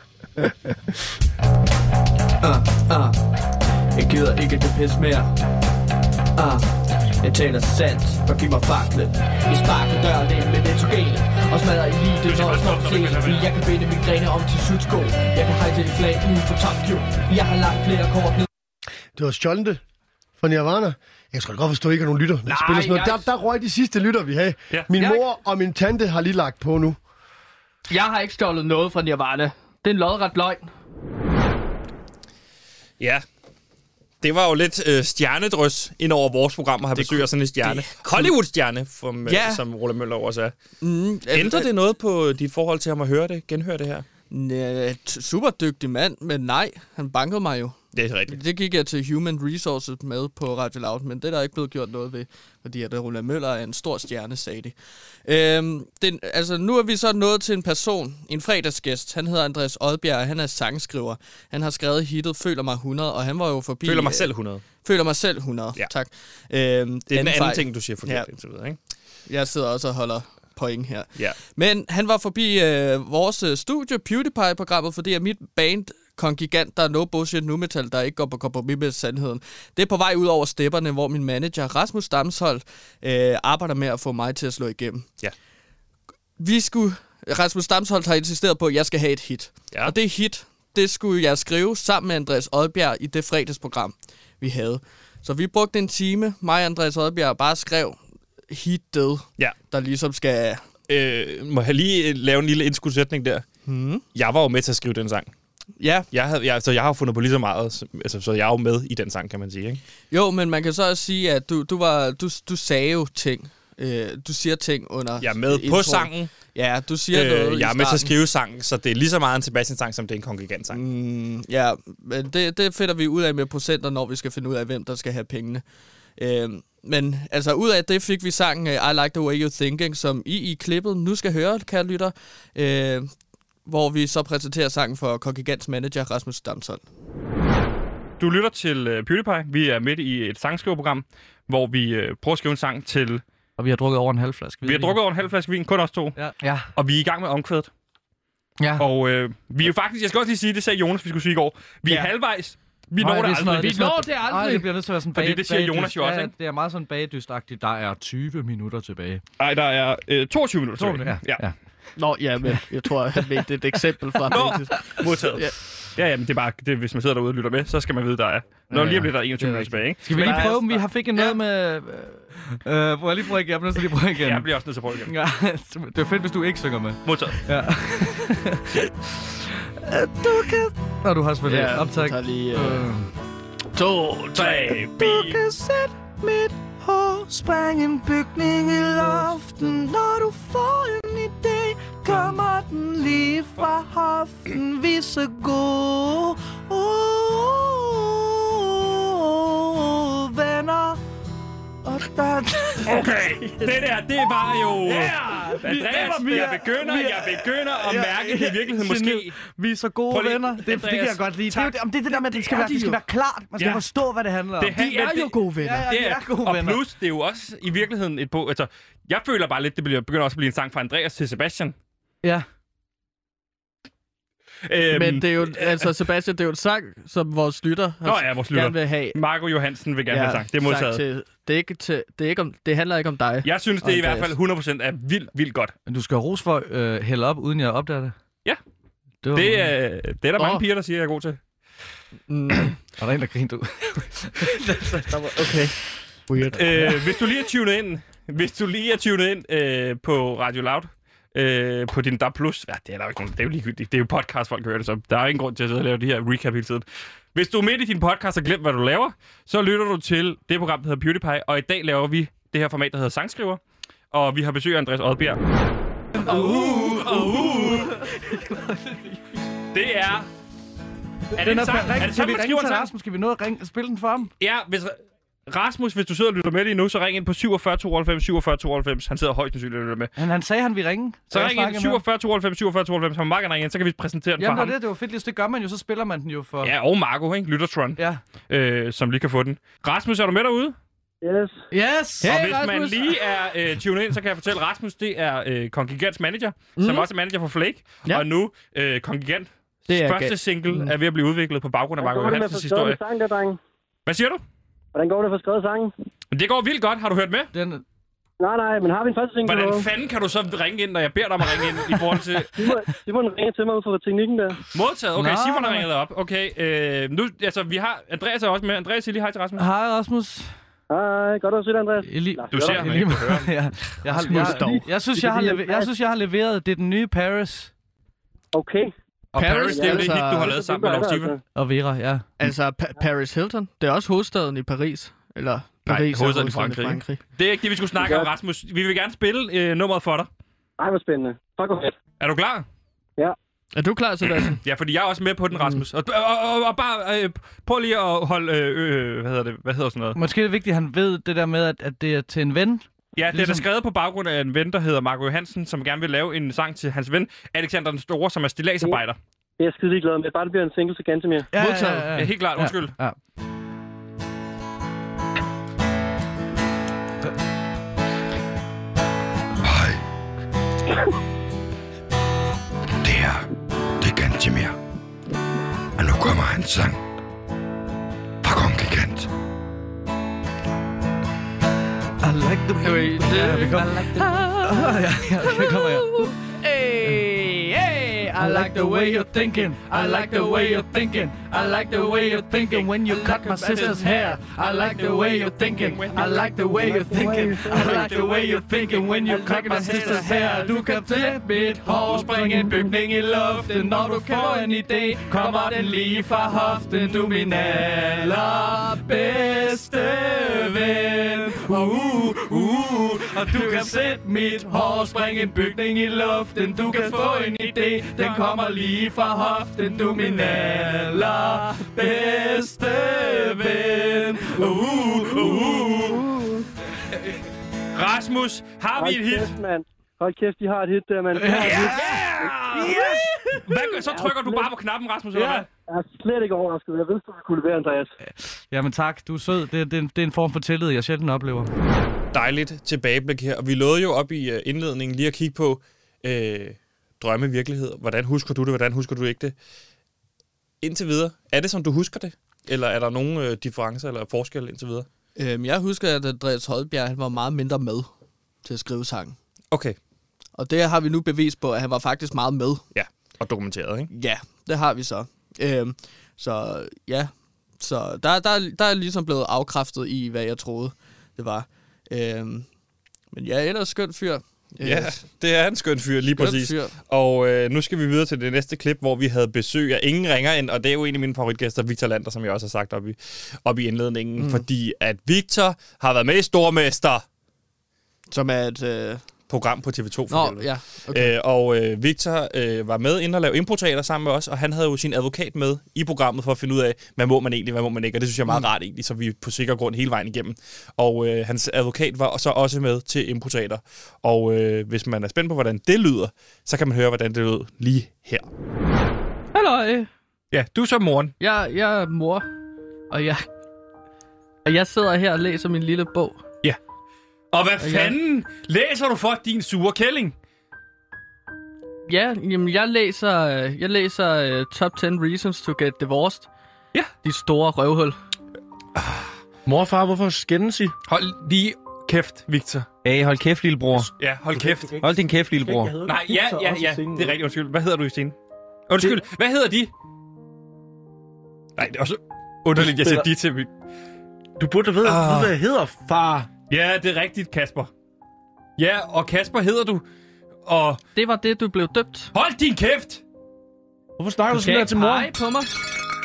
uh, uh. Jeg gider ikke det pis mere. Uh. Jeg taler sandt, og giv mig faklen. Vi sparker døren ind med nitrogen og smadrer elite, når jeg står til. Jeg kan binde mine grene om til sudsko. Jeg kan hejse et flag ud for Tokyo. Jeg har lagt flere kort ned. Det var stjålet det fra Nirvana. Jeg skal godt forstå, at I ikke har nogen lytter. Men spiller sådan noget. jeg- Der, der røg de sidste lytter, vi havde. Ja. Min Jeg- mor og min tante har lige lagt på nu. Jeg har ikke stjålet noget fra Nirvana. Det er en lodret løgn. Ja. Det var jo lidt øh, stjernedrys ind over vores program at have besøg af sådan en stjerne. Hollywood-stjerne, som, Ja. øh, som Roland Møller også er. Mm, Ændrer det noget på dit forhold til ham at høre det, genhøre det her? Ja, super dygtig mand, men nej, han bankede mig jo. Det er rigtigt. Det gik jeg til Human Resources med på Radio Loud, men det er der ikke blevet gjort noget ved, fordi at Roland Møller er en stor stjerne, sagde de. Øhm, den, altså, nu er vi så nået til en person, en fredagsgæst. Han hedder Andreas Odbjerg, og han er sangskriver. Han har skrevet hittet Føler mig hundrede, og han var jo forbi... Føler mig selv hundrede. Føler mig selv hundrede, ja. tak. Øhm, det er den anden fejl. ting, du siger forkert ja. indtil videre, ikke? Jeg sidder også og holder point her. Ja. Men han var forbi øh, vores studie, PewDiePie-programmet, fordi at mit band, Kongigant, der er no bullshit nu metal, der ikke går på kompromis med sandheden. Det er på vej ud over stepperne, hvor min manager, Rasmus Damshold, øh, arbejder med at få mig til at slå igennem. Ja. Vi skulle... Rasmus Damshold har insisteret på, at jeg skal have et hit. Ja. Og det hit, det skulle jeg skrive sammen med Andreas Odbjerg i det fredagsprogram, vi havde. Så vi brugte en time, mig og Andreas Odbjerg, bare skrev hittet, ja. der ligesom skal... Øh, må jeg lige lave en lille indskudsætning der? Hmm. Jeg var jo med til at skrive den sang. Ja. Jeg, havde, jeg, så jeg har jo fundet på lige så meget, altså, så jeg er jo med i den sang, kan man sige, ikke? Jo, men man kan så også sige, at du, du, var, du, du sagde jo ting. Øh, du siger ting under... Jeg er med intro. på sangen. Ja, du siger øh, noget Jeg er med til at skrive sangen, så det er lige så meget en Sebastian-sang, som det er en Kongigant-sang. Mm, ja, men det, det finder vi ud af med procenter, når vi skal finde ud af, hvem der skal have pengene. Øh, men altså, ud af det fik vi sangen uh, I Like The Way You're Thinking, som I i klippet nu skal høre, kære lytter. Øh, hvor vi så præsenterer sangen for Kongigants manager, Rasmus Damshold. Du lytter til uh, PewDiePie. Vi er midt i et sangskriveprogram, hvor vi uh, prøver at skrive en sang til... Og vi har drukket over en halv flaske vin. Vi har drukket over en halv flaske vin, kun os to. Ja. ja. Og vi er i gang med omkvædet. Ja. Og øh, vi er jo faktisk... Jeg skal også lige sige, det sagde Jonas, vi skulle sige i går. Vi er ja. halvvejs. Vi når det aldrig. Vi når det aldrig. Ej, det bliver nødt til at være sådan bag. Fordi det siger Jonas jo også, ikke? Ja, det er meget sådan bagdystagtigt. Der er tyve minutter tilbage. Nej, der er øh, toogtyve minutter tilbage. Ja. ja. ja. Nå, ja, men jeg tror, at det er et eksempel fra... Nå, modtaget. Ja. Ja, ja, men det er bare, det, hvis man sidder derude og lytter med, så skal man vide, der er. Når ja, ja. lige bliver der enogtyve minutter tilbage, ikke? Skal vi lige prøve, om vi har fik en noget ja. med... Øh, må jeg lige prøve igen? Jeg bliver lige prøve igen. Jeg bliver også nødt til at prøve igen. Ja, det er fedt, hvis du ikke synger med. Modtaget. Ja. Du kan... Nå, du har spillet ja, optag. Ja, lige... Øh... To, tre, Du kan sætte mit hår, springe en bygning i loften. Når du får en idé, kommer den lige fra hoften. Vi er så gode, oh, venner. Og der... Okay, det der, det var jo... Yeah. Andreas, vi, jeg begynder, jeg begynder at mærke det i virkeligheden måske. Vi er så gode lige, venner. Det, Andreas, det kan jeg godt lide. Det, det, det er det der med, at det skal, være, de det skal være klart. Man skal ja. forstå, hvad det handler om. Det, de er jo gode venner. Ja, ja, det er, er gode og venner. plus, det er jo også i virkeligheden et bog... Altså, jeg føler bare lidt, det bliver, begynder også at blive en sang fra Andreas til Sebastian. Ja. Øhm, Men det er jo, altså Sebastian, det er jo en sang, som vores lytter Nå, ja, vores lytter. gerne vil have. Marco Johansen vil gerne ja, have sang. Det er modtaget. Til, det, er ikke til, det, er ikke om, det handler ikke om dig. Jeg synes, det er i hvert fald hundrede procent er vildt, vildt godt. Men du skal ros for at øh, hælde op, uden jeg opdager det. Ja. Det, var... det, øh, det er der oh. mange piger, der siger, jeg er god til. Mm. Og der er en, der griner ud. Okay. Weird. Øh, hvis du lige er tunet ind, hvis du lige er tunet ind øh, på Radio Loud, Øh, på din D A B plus. Ja, det er der ikke nogen. Det er jo ligegyldigt. Det er jo podcast, folk hører det, så der er ingen grund til at sidde og lave de her recap hele tiden. Hvis du er midt i din podcast og glemt, hvad du laver, så lytter du til det program, der hedder PewDiePie, og i dag laver vi det her format, der hedder Sangskriver, og vi har besøg af Andreas Odbjerg. Uh, uh, uh. Det er... Er det en sang? Er det sammen, man skriver en sang? Rasmus, skal vi nå at ringe, spille den for ham? Ja, hvis... Rasmus, hvis du sidder og lytter med lige nu, så ring ind på syvogfyrre tooghalvfems syvogfyrre tooghalvfems. Han sidder højst sandsynligt og lytter med. Han, han sagde, han ville ringe. Så ring ind syvogfyrre tooghalvfems syvogfyrre tooghalvfems. Han må meget gerne ringe ind, så kan vi præsentere den Jamen, for ham. Jamen, det, det var fedt lige. Det gør man jo, så spiller man den jo for... Ja, og Marco, ikke? Lyttertron. Ja. Øh, som lige kan få den. Rasmus, er du med derude? Yes. Yes! Hey, og hvis Rasmus. man lige er øh, tunet ind, så kan jeg fortælle, Rasmus, det er øh, Kongigants manager, mm. som også er manager for Flake. Ja. Og nu øh, Kongigant. Første galt. single mm. er ved at blive udviklet på baggrund af Marco Johansens historie. Sang, der, Hvad siger du? Hvordan går det for skrevet sangen? Det går vildt godt. Har du hørt med? Den... Nej, nej, men har vi en første single? Hvordan fanden kan du så ringe ind, når jeg beder dig om at ringe ind i forhold til... Simon ringer til mig ud fra teknikken der. Modtaget. Okay, Nå, Simon har ringet dig op. Okay, øh, nu, altså, vi har... Andreas er også med. Andreas, sig lige hej til Rasmus. Hej, Rasmus. Hej, godt at se dig, Andreas. Eli... Du ser ham ikke, du hører. ja. jeg, har, jeg, jeg, jeg, synes, jeg, har leveret, jeg synes, jeg har leveret. Det er den nye Paris. Okay. Og Paris, Paris det er jo det hit, du har lavet sammen med Lov Stiva. Og Vera, ja. Altså, pa- Paris Hilton, det er også hovedstaden i Paris. Eller Paris Nej, hovedstaden i Frankrig. Frankrig. Det er ikke det, vi skulle snakke om, Rasmus. Vi vil gerne spille øh, nummeret for dig. Ej, hvor spændende. Fuck, hvor fedt. Er du klar? Ja. Er du klar, Sebastian? Ja, fordi jeg er også med på den, Rasmus. Og, og, og, og bare øh, prøv lige at holde... Øh, øh, hvad hedder det? Hvad hedder sådan noget? Måske er det vigtigt, at han ved det der med, at, at det er til en ven. Ja, det er der skrevet på baggrund af en ven, der hedder Marco Johansen, som gerne vil lave en sang til hans ven, Alexander den Store, som er stilladsarbejder. Jeg er skide ligeglad med. Bare det bliver en single til Gantemir. Ja, Modtaget. Ja, ja, ja. Helt klart. Undskyld. Ja, ja. Hej. Det her, det er Gantemir. Og nu kommer hans sang fra Kong Gigant. I like the way Ja, vi kommer. Ja, ja, det kommer jeg. Hey, hey, I like the way you're thinking. I like the way you're thinking. I like the way you're thinking when you cut my sister's hair. I like the way you're thinking. I like the way you're thinking. I like the way you're thinking when you cut my sister's hair. Du kan tage mit hår, springe en bygning i luften. Når du får en idé, kommer den lige fra hoften. Du er min allerbedste ven. Uh, uh, og du kan sætte mit hår, springe en bygning i luften. Du kan få en idé, den kommer lige fra hoften. Du er min allerbedste ven. Uh, uh. Rasmus, har vi et hit? Kæft, mand. Hold kæft, de har et hit der, mand. De har et hit. Yes! Hvad, gør- så trykker du bare på knappen, Rasmus, eller hvad? Jeg er slet ikke overrasket. Jeg vidste, du kunne levere, Andreas. Jamen tak, du er sød. Det, det, det er en form for tillid, jeg sjældent oplever. Dejligt tilbageblik her. Og vi lovede jo op i uh, indledningen lige at kigge på øh, drømmevirkelighed. Hvordan husker du det? Hvordan husker du ikke det? Indtil videre. Er det, som du husker det? Eller er der nogle øh, differencer eller forskelle indtil videre? Øhm, jeg husker, at Andreas Holbjerg han var meget mindre med til at skrive sangen. Okay. Og det har vi nu bevis på, at han var faktisk meget med. Ja, og dokumenteret, ikke? Ja, det har vi så. Øhm, så ja, så der, der, der er ligesom blevet afkræftet i, hvad jeg troede, det var. Øhm, men ja, ellers skønt fyr. Ja, det er en skøn fyr, lige Skøn præcis. fyr. Og øh, nu skal vi videre til det næste klip, hvor vi havde besøg af ingen ringer ind, og det er jo en af mine favoritgæster, Victor Lander, som jeg også har sagt op i, op i indledningen, mm. fordi at Victor har været med i Stormester. Som er et... Øh... program på T V to for Nå, ja. Okay. Øh, og øh, Victor øh, var med inde og lave improteater sammen med os, og han havde jo sin advokat med i programmet for at finde ud af, hvad må man egentlig, hvad må man ikke, og det synes jeg er meget mm. rart egentlig, så vi er på sikker grund hele vejen igennem. Og øh, hans advokat var så også med til improteater, og øh, hvis man er spændt på, hvordan det lyder, så kan man høre, hvordan det lød lige her. Halløj. Ja, du er så moren. Jeg, jeg er mor, og jeg, og jeg sidder her og læser min lille bog. Ja. Og hvad Og fanden læser du for, din sure kælling? Ja, jamen jeg læser, øh, jeg læser uh, Top ti Reasons to Get Divorced. Ja. De store røvhul. Mor og far, hvorfor skændes I? Hold lige kæft, Victor. Hey, hold kæft, lillebror. Ja, hold kæft. Hold din kæft, lillebror. Nej, ja, ja, ja. Det er rigtigt, undskyld. Hvad hedder du i scenen? Undskyld, det... hvad hedder de? Nej, det er også underligt, jeg siger de til mig. Du burde vide, Ah. hvad jeg hedder, far. Ja, det er rigtigt, Kasper. Ja, og Kasper hedder du. Og Det var det, du blev døbt. hold din kæft! Hvorfor snakker Du du skal sådan der ikke til mor? pege på mig.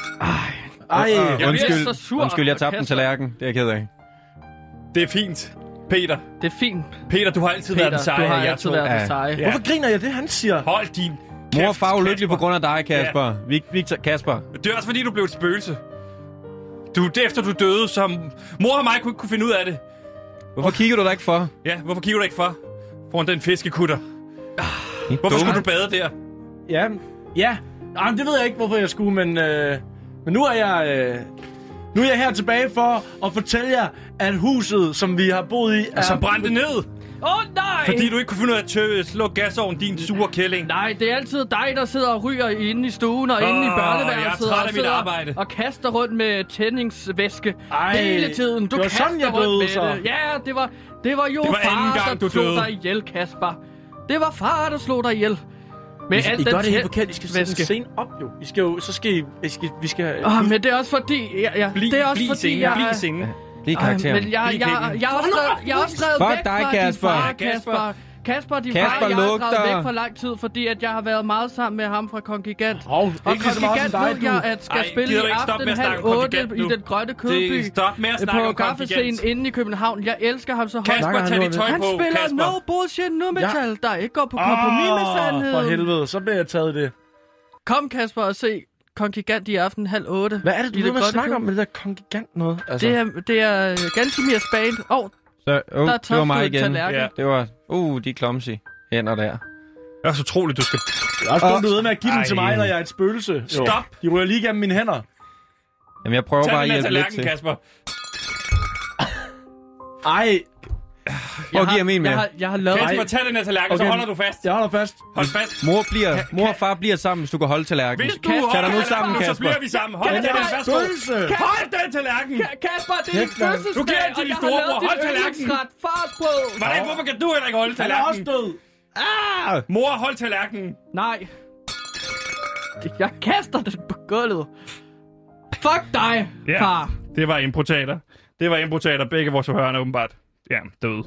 Ej, Jeg bliver Undskyld, så sur. undskyld, jeg tabte en Kasper. tallerken. Det er jeg ked af. Det er fint. Peter. Det er fint, Peter, du har altid Peter. været den seje. Du har jeg altid to. været Ja. den seje. Ja. hvorfor griner jeg det, han siger? Hold din kæft, Mor og far er ulykkelig Kasper. på grund af dig, Kasper. Ja. Victor, Kasper. Det er også fordi, du blev et spøgelse. Du, det efter du døde, så mor og mig kunne ikke kunne finde ud af det. Hvorfor kigger du der ikke for? Ja, hvorfor kigger du ikke for? Foran den fiskekutter. Hvorfor dumme. skulle du bade der? Ja, ja. Ej, det ved jeg ikke, hvorfor jeg skulle, men, øh, men nu er jeg... Øh, nu er jeg her tilbage for at fortælle jer, at huset, som vi har boet i, er... Så brændte ned, Åh, oh, nej! fordi du ikke kunne finde ud af at tø- slå gasovnen, din sure kælling. Nej, det er altid dig, der sidder og ryger inde i stuen og Åh, inde i jeg er børneværelset. træt af og mit sidder arbejde. Og kaster rundt med tændingsvæske Ej, hele tiden. Du det var kaster sådan, jeg rundt døde, med så. det. Ja, det var, det var jo Det var anden far, gang, der du slog døde. dig ihjel, Kasper. Det var far, der slog dig ihjel. Med I, alt I den gør det helt tæ- forkert. I skal sætte en væske. scene op, jo. I skal jo... Så skal I... I skal, vi skal... Åh, men det er også fordi... Ja, ja. Bliv, det er også bliv i fordi, scenen, jeg... bliv i scenen. Lige Ej, karakteren. men jeg, jeg, Bliv jeg, kækken. jeg, er også drevet, jeg er også drevet Fuck væk dig, fra Kasper. din far, Ja, Kasper. Kasper. Kasper, din Kasper far, jeg er drevet lugter. væk for lang tid, fordi at jeg har været meget sammen med ham fra Kongigant. Hov, Og ikke lige så meget som Kongigant dig, ved du. jeg, at skal Ej, spille gider i du ikke stoppe aften med at snakke halv om otte Kongigant i nu? den grønne kødby. Det, stop med at snakke På om kaffescenen Kongigant. inde i København. Jeg elsker ham så højt. Kasper, tag dit tøj Han på, spiller Kasper. no bullshit nu metal, der ikke går på kompromis med Åh, sandheden. for helvede. Så bliver jeg taget i det. Kom, Kasper, og se Kongigant i aften halv otte. Hvad er det, du ved med at snakke om med det der Kongigant noget? Altså. Det er, det er Gantemirs band. Åh, oh, så, uh, der er det var mig igen. Ja. Det var, uh, de clumsy hænder der. Det er så utroligt, du skal... Det er også dumt, du ved med at give dem til mig, når jeg er et spøgelse. Stop! De ryger lige gennem mine hænder. Jamen, jeg prøver Tag bare at hjælpe hjælpe lidt til. Kasper. Ej. Prøv at give ham en mere. Jeg har, jeg har lavet... Kasper, tag den her tallerken, okay. Så holder du fast. Jeg holder fast. Hold fast. Mor, bliver, mor og far bliver sammen, hvis du kan holde tallerkenen. Hvis du holder nu sammen, så Kasper. bliver vi sammen. Hold den her værsgo. Hold den tallerken. Kasper, det er din fødselsdag, du giver den til din storebror. Hold tallerken. Fartbrød. Hvordan, hvorfor kan du heller ikke holde Han er også tallerken? død. Ah! Mor, hold tallerkenen. Nej. Jeg kaster den på gulvet. Fuck dig, Ja, far. det var improtater. Det var improtater. Begge vores forhørende åbenbart. Ja, døde.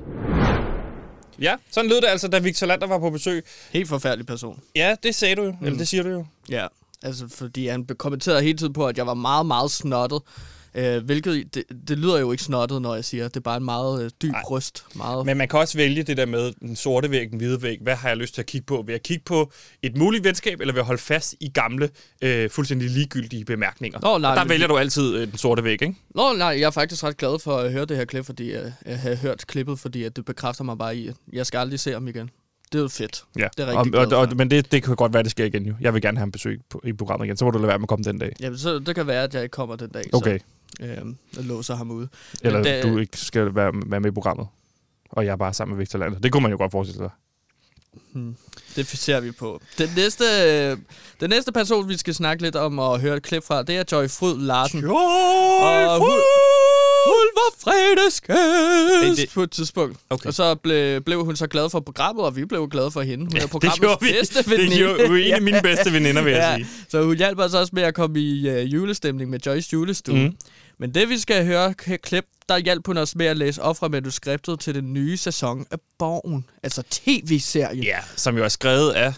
Ja, sådan lød det altså, da Victor Lander var på besøg. Helt forfærdelig person. Ja, det sagde du jo. Mm. Eller det siger du jo. Ja, altså fordi han kommenterede hele tiden på, at jeg var meget, meget snottet. Øh, hvilket, det, det lyder jo ikke snottet, når jeg siger, det er bare en meget øh, dyb Ej. røst. Meget... Men man kan også vælge det der med den sorte væg, den hvide væg. Hvad har jeg lyst til at kigge på? Vil jeg kigge på et muligt venskab, eller vil jeg holde fast i gamle, øh, fuldstændig ligegyldige bemærkninger? Nå, nej, der men... vælger du altid øh, den sorte væg, ikke? Nå, nej, jeg er faktisk ret glad for at høre det her klip, fordi jeg, jeg har hørt klippet, fordi at det bekræfter mig bare i, at jeg skal aldrig se ham igen. Det er jo fedt. Ja, det er rigtig og, glad og, og, men det, det kan godt være, det sker igen jo. Jeg vil gerne have ham besøg på, i programmet igen. Så må du lade være med at komme den dag. Jamen, så det kan være, at jeg ikke kommer den dag. Okay. Så, øh, jeg låser ham ude. Eller det, du ikke skal være, være med i programmet. Og jeg er bare sammen med Victor Lander. Det kunne man jo godt forestille sig. Hmm. Det ser vi på. Den næste, den næste person, vi skal snakke lidt om og høre et klip fra, det er Joy Fryd Larsen. Joy Fryd! Hun var fredagsgæst det... på et tidspunkt. Okay. Og så ble, blev hun så glad for programmet, og vi blev glade for hende. Hun ja, er programmets bedste veninde. Det gjorde vi. En af mine bedste veninder, vil jeg ja. sige. Så hun hjalp os også med at komme i uh, julestemning med Joyce julestue. Mm. Men det, vi skal høre klip, der hjalp hun os med at læse op fra manuskriptet til den nye sæson af Borgen. Altså tv-serien. Ja, som jo er skrevet af...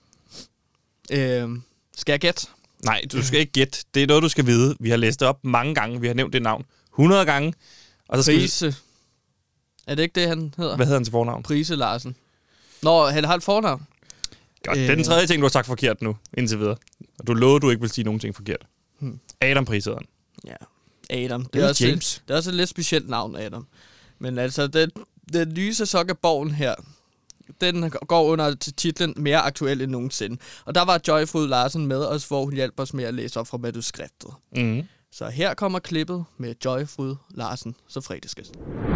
Øh, skal jeg gætte? Nej, du skal ikke gætte. Det er noget, du skal vide. Vi har læst det op mange gange. Vi har nævnt det navn hundrede gange. Og så skal Prise. Vi... Er det ikke det, han hedder? Hvad hedder han til fornavn? Prise Larsen. Nå, han har et fornavn. Godt, øh... det er den tredje ting, du har sagt forkert nu, indtil videre. Og du lovede, du ikke vil sige nogen ting forkert. Hmm. Adam Prise hedder han. Ja, Adam. Det, det er, er også James. Et, det er også et lidt specielt navn, Adam. Men altså, den, den nye sæson af Borgen her, den går under titlen Mere aktuel end nogensinde. Og der var Joy Fryd Larsen med os, hvor hun hjalp os med at læse op fra manuskriptet. Mm. Så her kommer klippet med Joy Fryd Larsen, så fredagsgæst.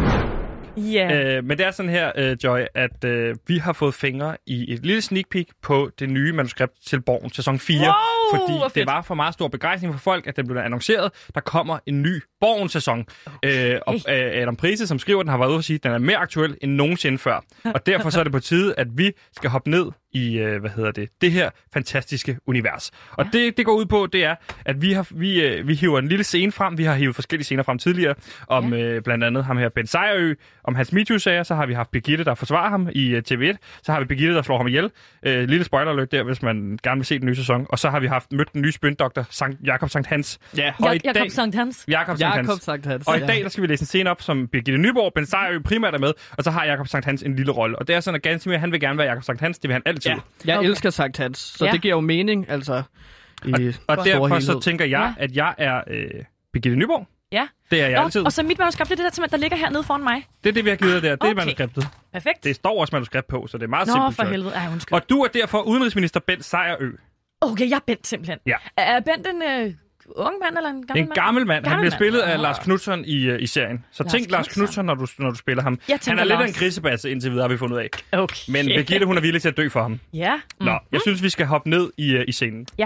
Ja. Yeah. Øh, men det er sådan her, øh, Joy, at øh, vi har fået fingre i et lille sneak peek på det nye manuskript til Borgen, sæson fire. Wow, fordi det var for meget stor begejstring for folk, at den blev annonceret. Der kommer en ny Borgen-sæson. Okay. Øh, og øh, Adam Prise, som skriver den, har været ude at sige, at den er mere aktuel end nogensinde før. Og derfor så er det på tide, at vi skal hoppe ned i, øh, hvad hedder det, det her fantastiske univers. Og ja. det, det går ud på, det er, at vi, har, vi, øh, vi hiver en lille scene frem. Vi har hivet forskellige scener frem tidligere, om ja. øh, blandt andet ham her, Ben Sejerø, om hans MeToo-sager. Så har vi haft Birgitte, der forsvarer ham i øh, T V et. Så har vi Birgitte, der slår ham ihjel. Øh, lille spoiler alert der, hvis man gerne vil se den nye sæson. Og så har vi haft mødt den nye spyndoktor, Sankt Jakob Sankt Hans. Ja, og ja Jakob Sankt Hans. Jakob Sankt Hans. Jakob Sankt Hans. Og i dag, der skal vi læse en scene op, som Birgitte Nyborg, Ben Sejerø primært er med, og så har Jakob Sankt Hans en lille rolle. Og det er sådan, at Gansimir, han vil gerne være Jakob Sankt Hans. Det vil han altid. Ja, jeg okay. elsker Sankt Hans, så ja. det giver jo mening, altså. I og og derfor så tænker jeg, at jeg er øh, Birgitte Nyborg. Ja. Det er jeg Nå, altid. Og så mit manuskript, det er det der, der ligger hernede foran mig. Det er det, vi har givet der. Det okay. er manuskriptet. Perfekt. Det står også manuskript på, så det er meget Nå, simpelt. Nå, for helvede. Ej, undskyld. Og du er derfor udenrigsminister Bent Sejerø. Okay, jeg er Bent simpelthen. Ja. Er Bent en øh, ung mand eller en gammel mand? En gammel mand. Gammel Han bliver mand. spillet af Oh. Lars Knutzon i, uh, i serien. Så Lars tænk Lars Knutzon. Knutzon, når du, når du spiller ham. Jeg Han er Lars. lidt af en grisebasse indtil videre, har vi fundet af. Okay. Men Birgitte, hun er villig til at dø for ham. Ja. Mm. Nå, jeg synes, vi skal hoppe ned i, uh, i scenen. Ja.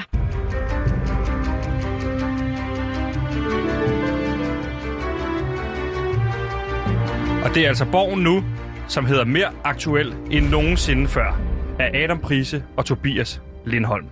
Og det er altså Borgen nu, som hedder Mere aktuel end nogensinde før, af Adam Prise og Tobias Lindholm.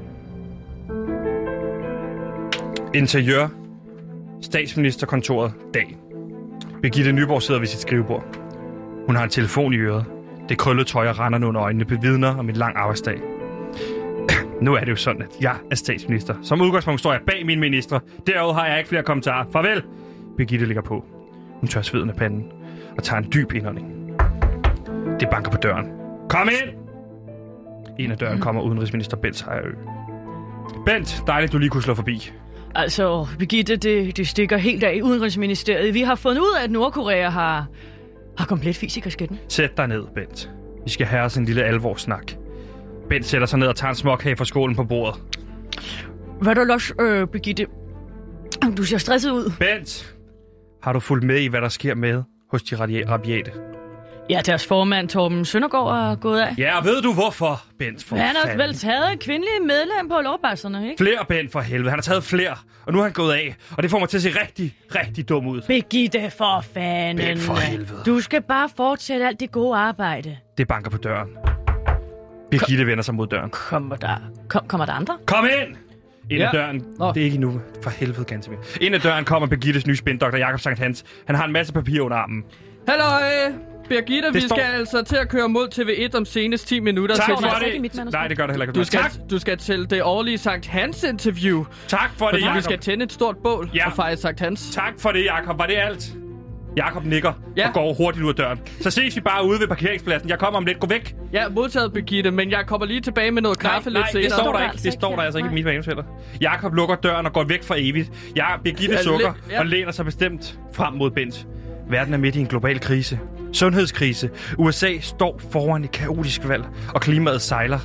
Interiør. Statsministerkontoret dag. Birgitte Nyborg sidder ved sit skrivebord. Hun har en telefon i øret. Det krøllede tøj og render under øjnene bevidner om en lang arbejdsdag. Nu er det jo sådan, at jeg er statsminister. Som udgangspunkt står jeg bag mine ministre. Derudover har jeg ikke flere kommentarer. Farvel! Birgitte ligger på. Hun tør sveden af panden og tager en dyb indånding. Det banker på døren. Kom ind! En af døren kommer udenrigsminister Bent Sejerø. Bent, dejligt, du lige kunne slå forbi. Altså, Birgitte, det, det stikker helt af i Udenrigsministeriet. Vi har fundet ud af, at Nordkorea har, har komplet fis i kasketten. Sæt dig ned, Bent. Vi skal have os en lille alvorssnak. Bent sætter sig ned og tager en småkage fra skålen på bordet. Hvad er der los, øh, Birgitte? Du ser stresset ud. Bent, har du fulgt med i, hvad der sker med hos de rabiate? Ja, deres formand, Torben Søndergaard, er gået af. Ja, og ved du hvorfor, Bent? For han har fanden. vel taget et kvindelige medlem på lovbasserne, ikke? Flere, Bent, for helvede. Han har taget flere, og nu er han gået af. Og det får mig til at se rigtig, rigtig dum ud. Birgitte, for fanden. Bent, for helvede. Du skal bare fortsætte alt det gode arbejde. Det banker på døren. Birgitte Kom. vender sig mod døren. Kommer der, kom, kommer der andre? Kom ind! Ind Ja. ad døren. Nå. Det er ikke endnu. For helvede, Gantemir. Ind ad døren kommer Birgittes nye spindoktor, Jakob Sankt Hans. Han har en masse papir under armen. Halløj! Birgitte, vi står- skal altså til at køre mod T V et om senest ti minutter. Tak til for altså det. ikke i mit manuskript. Nej, det gør det heller ikke. Du skal, Tak. du skal til det årlige Sankt Hans interview. Tak for det, Fordi Jakob. vi skal tænde et stort bål Ja. og fejre Sankt Hans. Tak for det, Jakob. Var det alt? Jakob nikker Ja. og går hurtigt ud af døren. Så ses vi bare ude ved parkeringspladsen. Jeg kommer om lidt. Gå væk. Ja, modtaget, Birgitte, men jeg kommer lige tilbage med noget kaffe nej, lidt nej, det senere. står der der ikke. altså Det ikke står der her. altså ikke i Nej. mit manusfælder. Jakob lukker døren og går væk for evigt. Jeg, Birgitte Ja, sukker lidt- ja. og læner sig bestemt frem mod Bent. Verden er midt i en global krise. Sundhedskrise. U S A står foran et kaotisk valg, og klimaet sejler.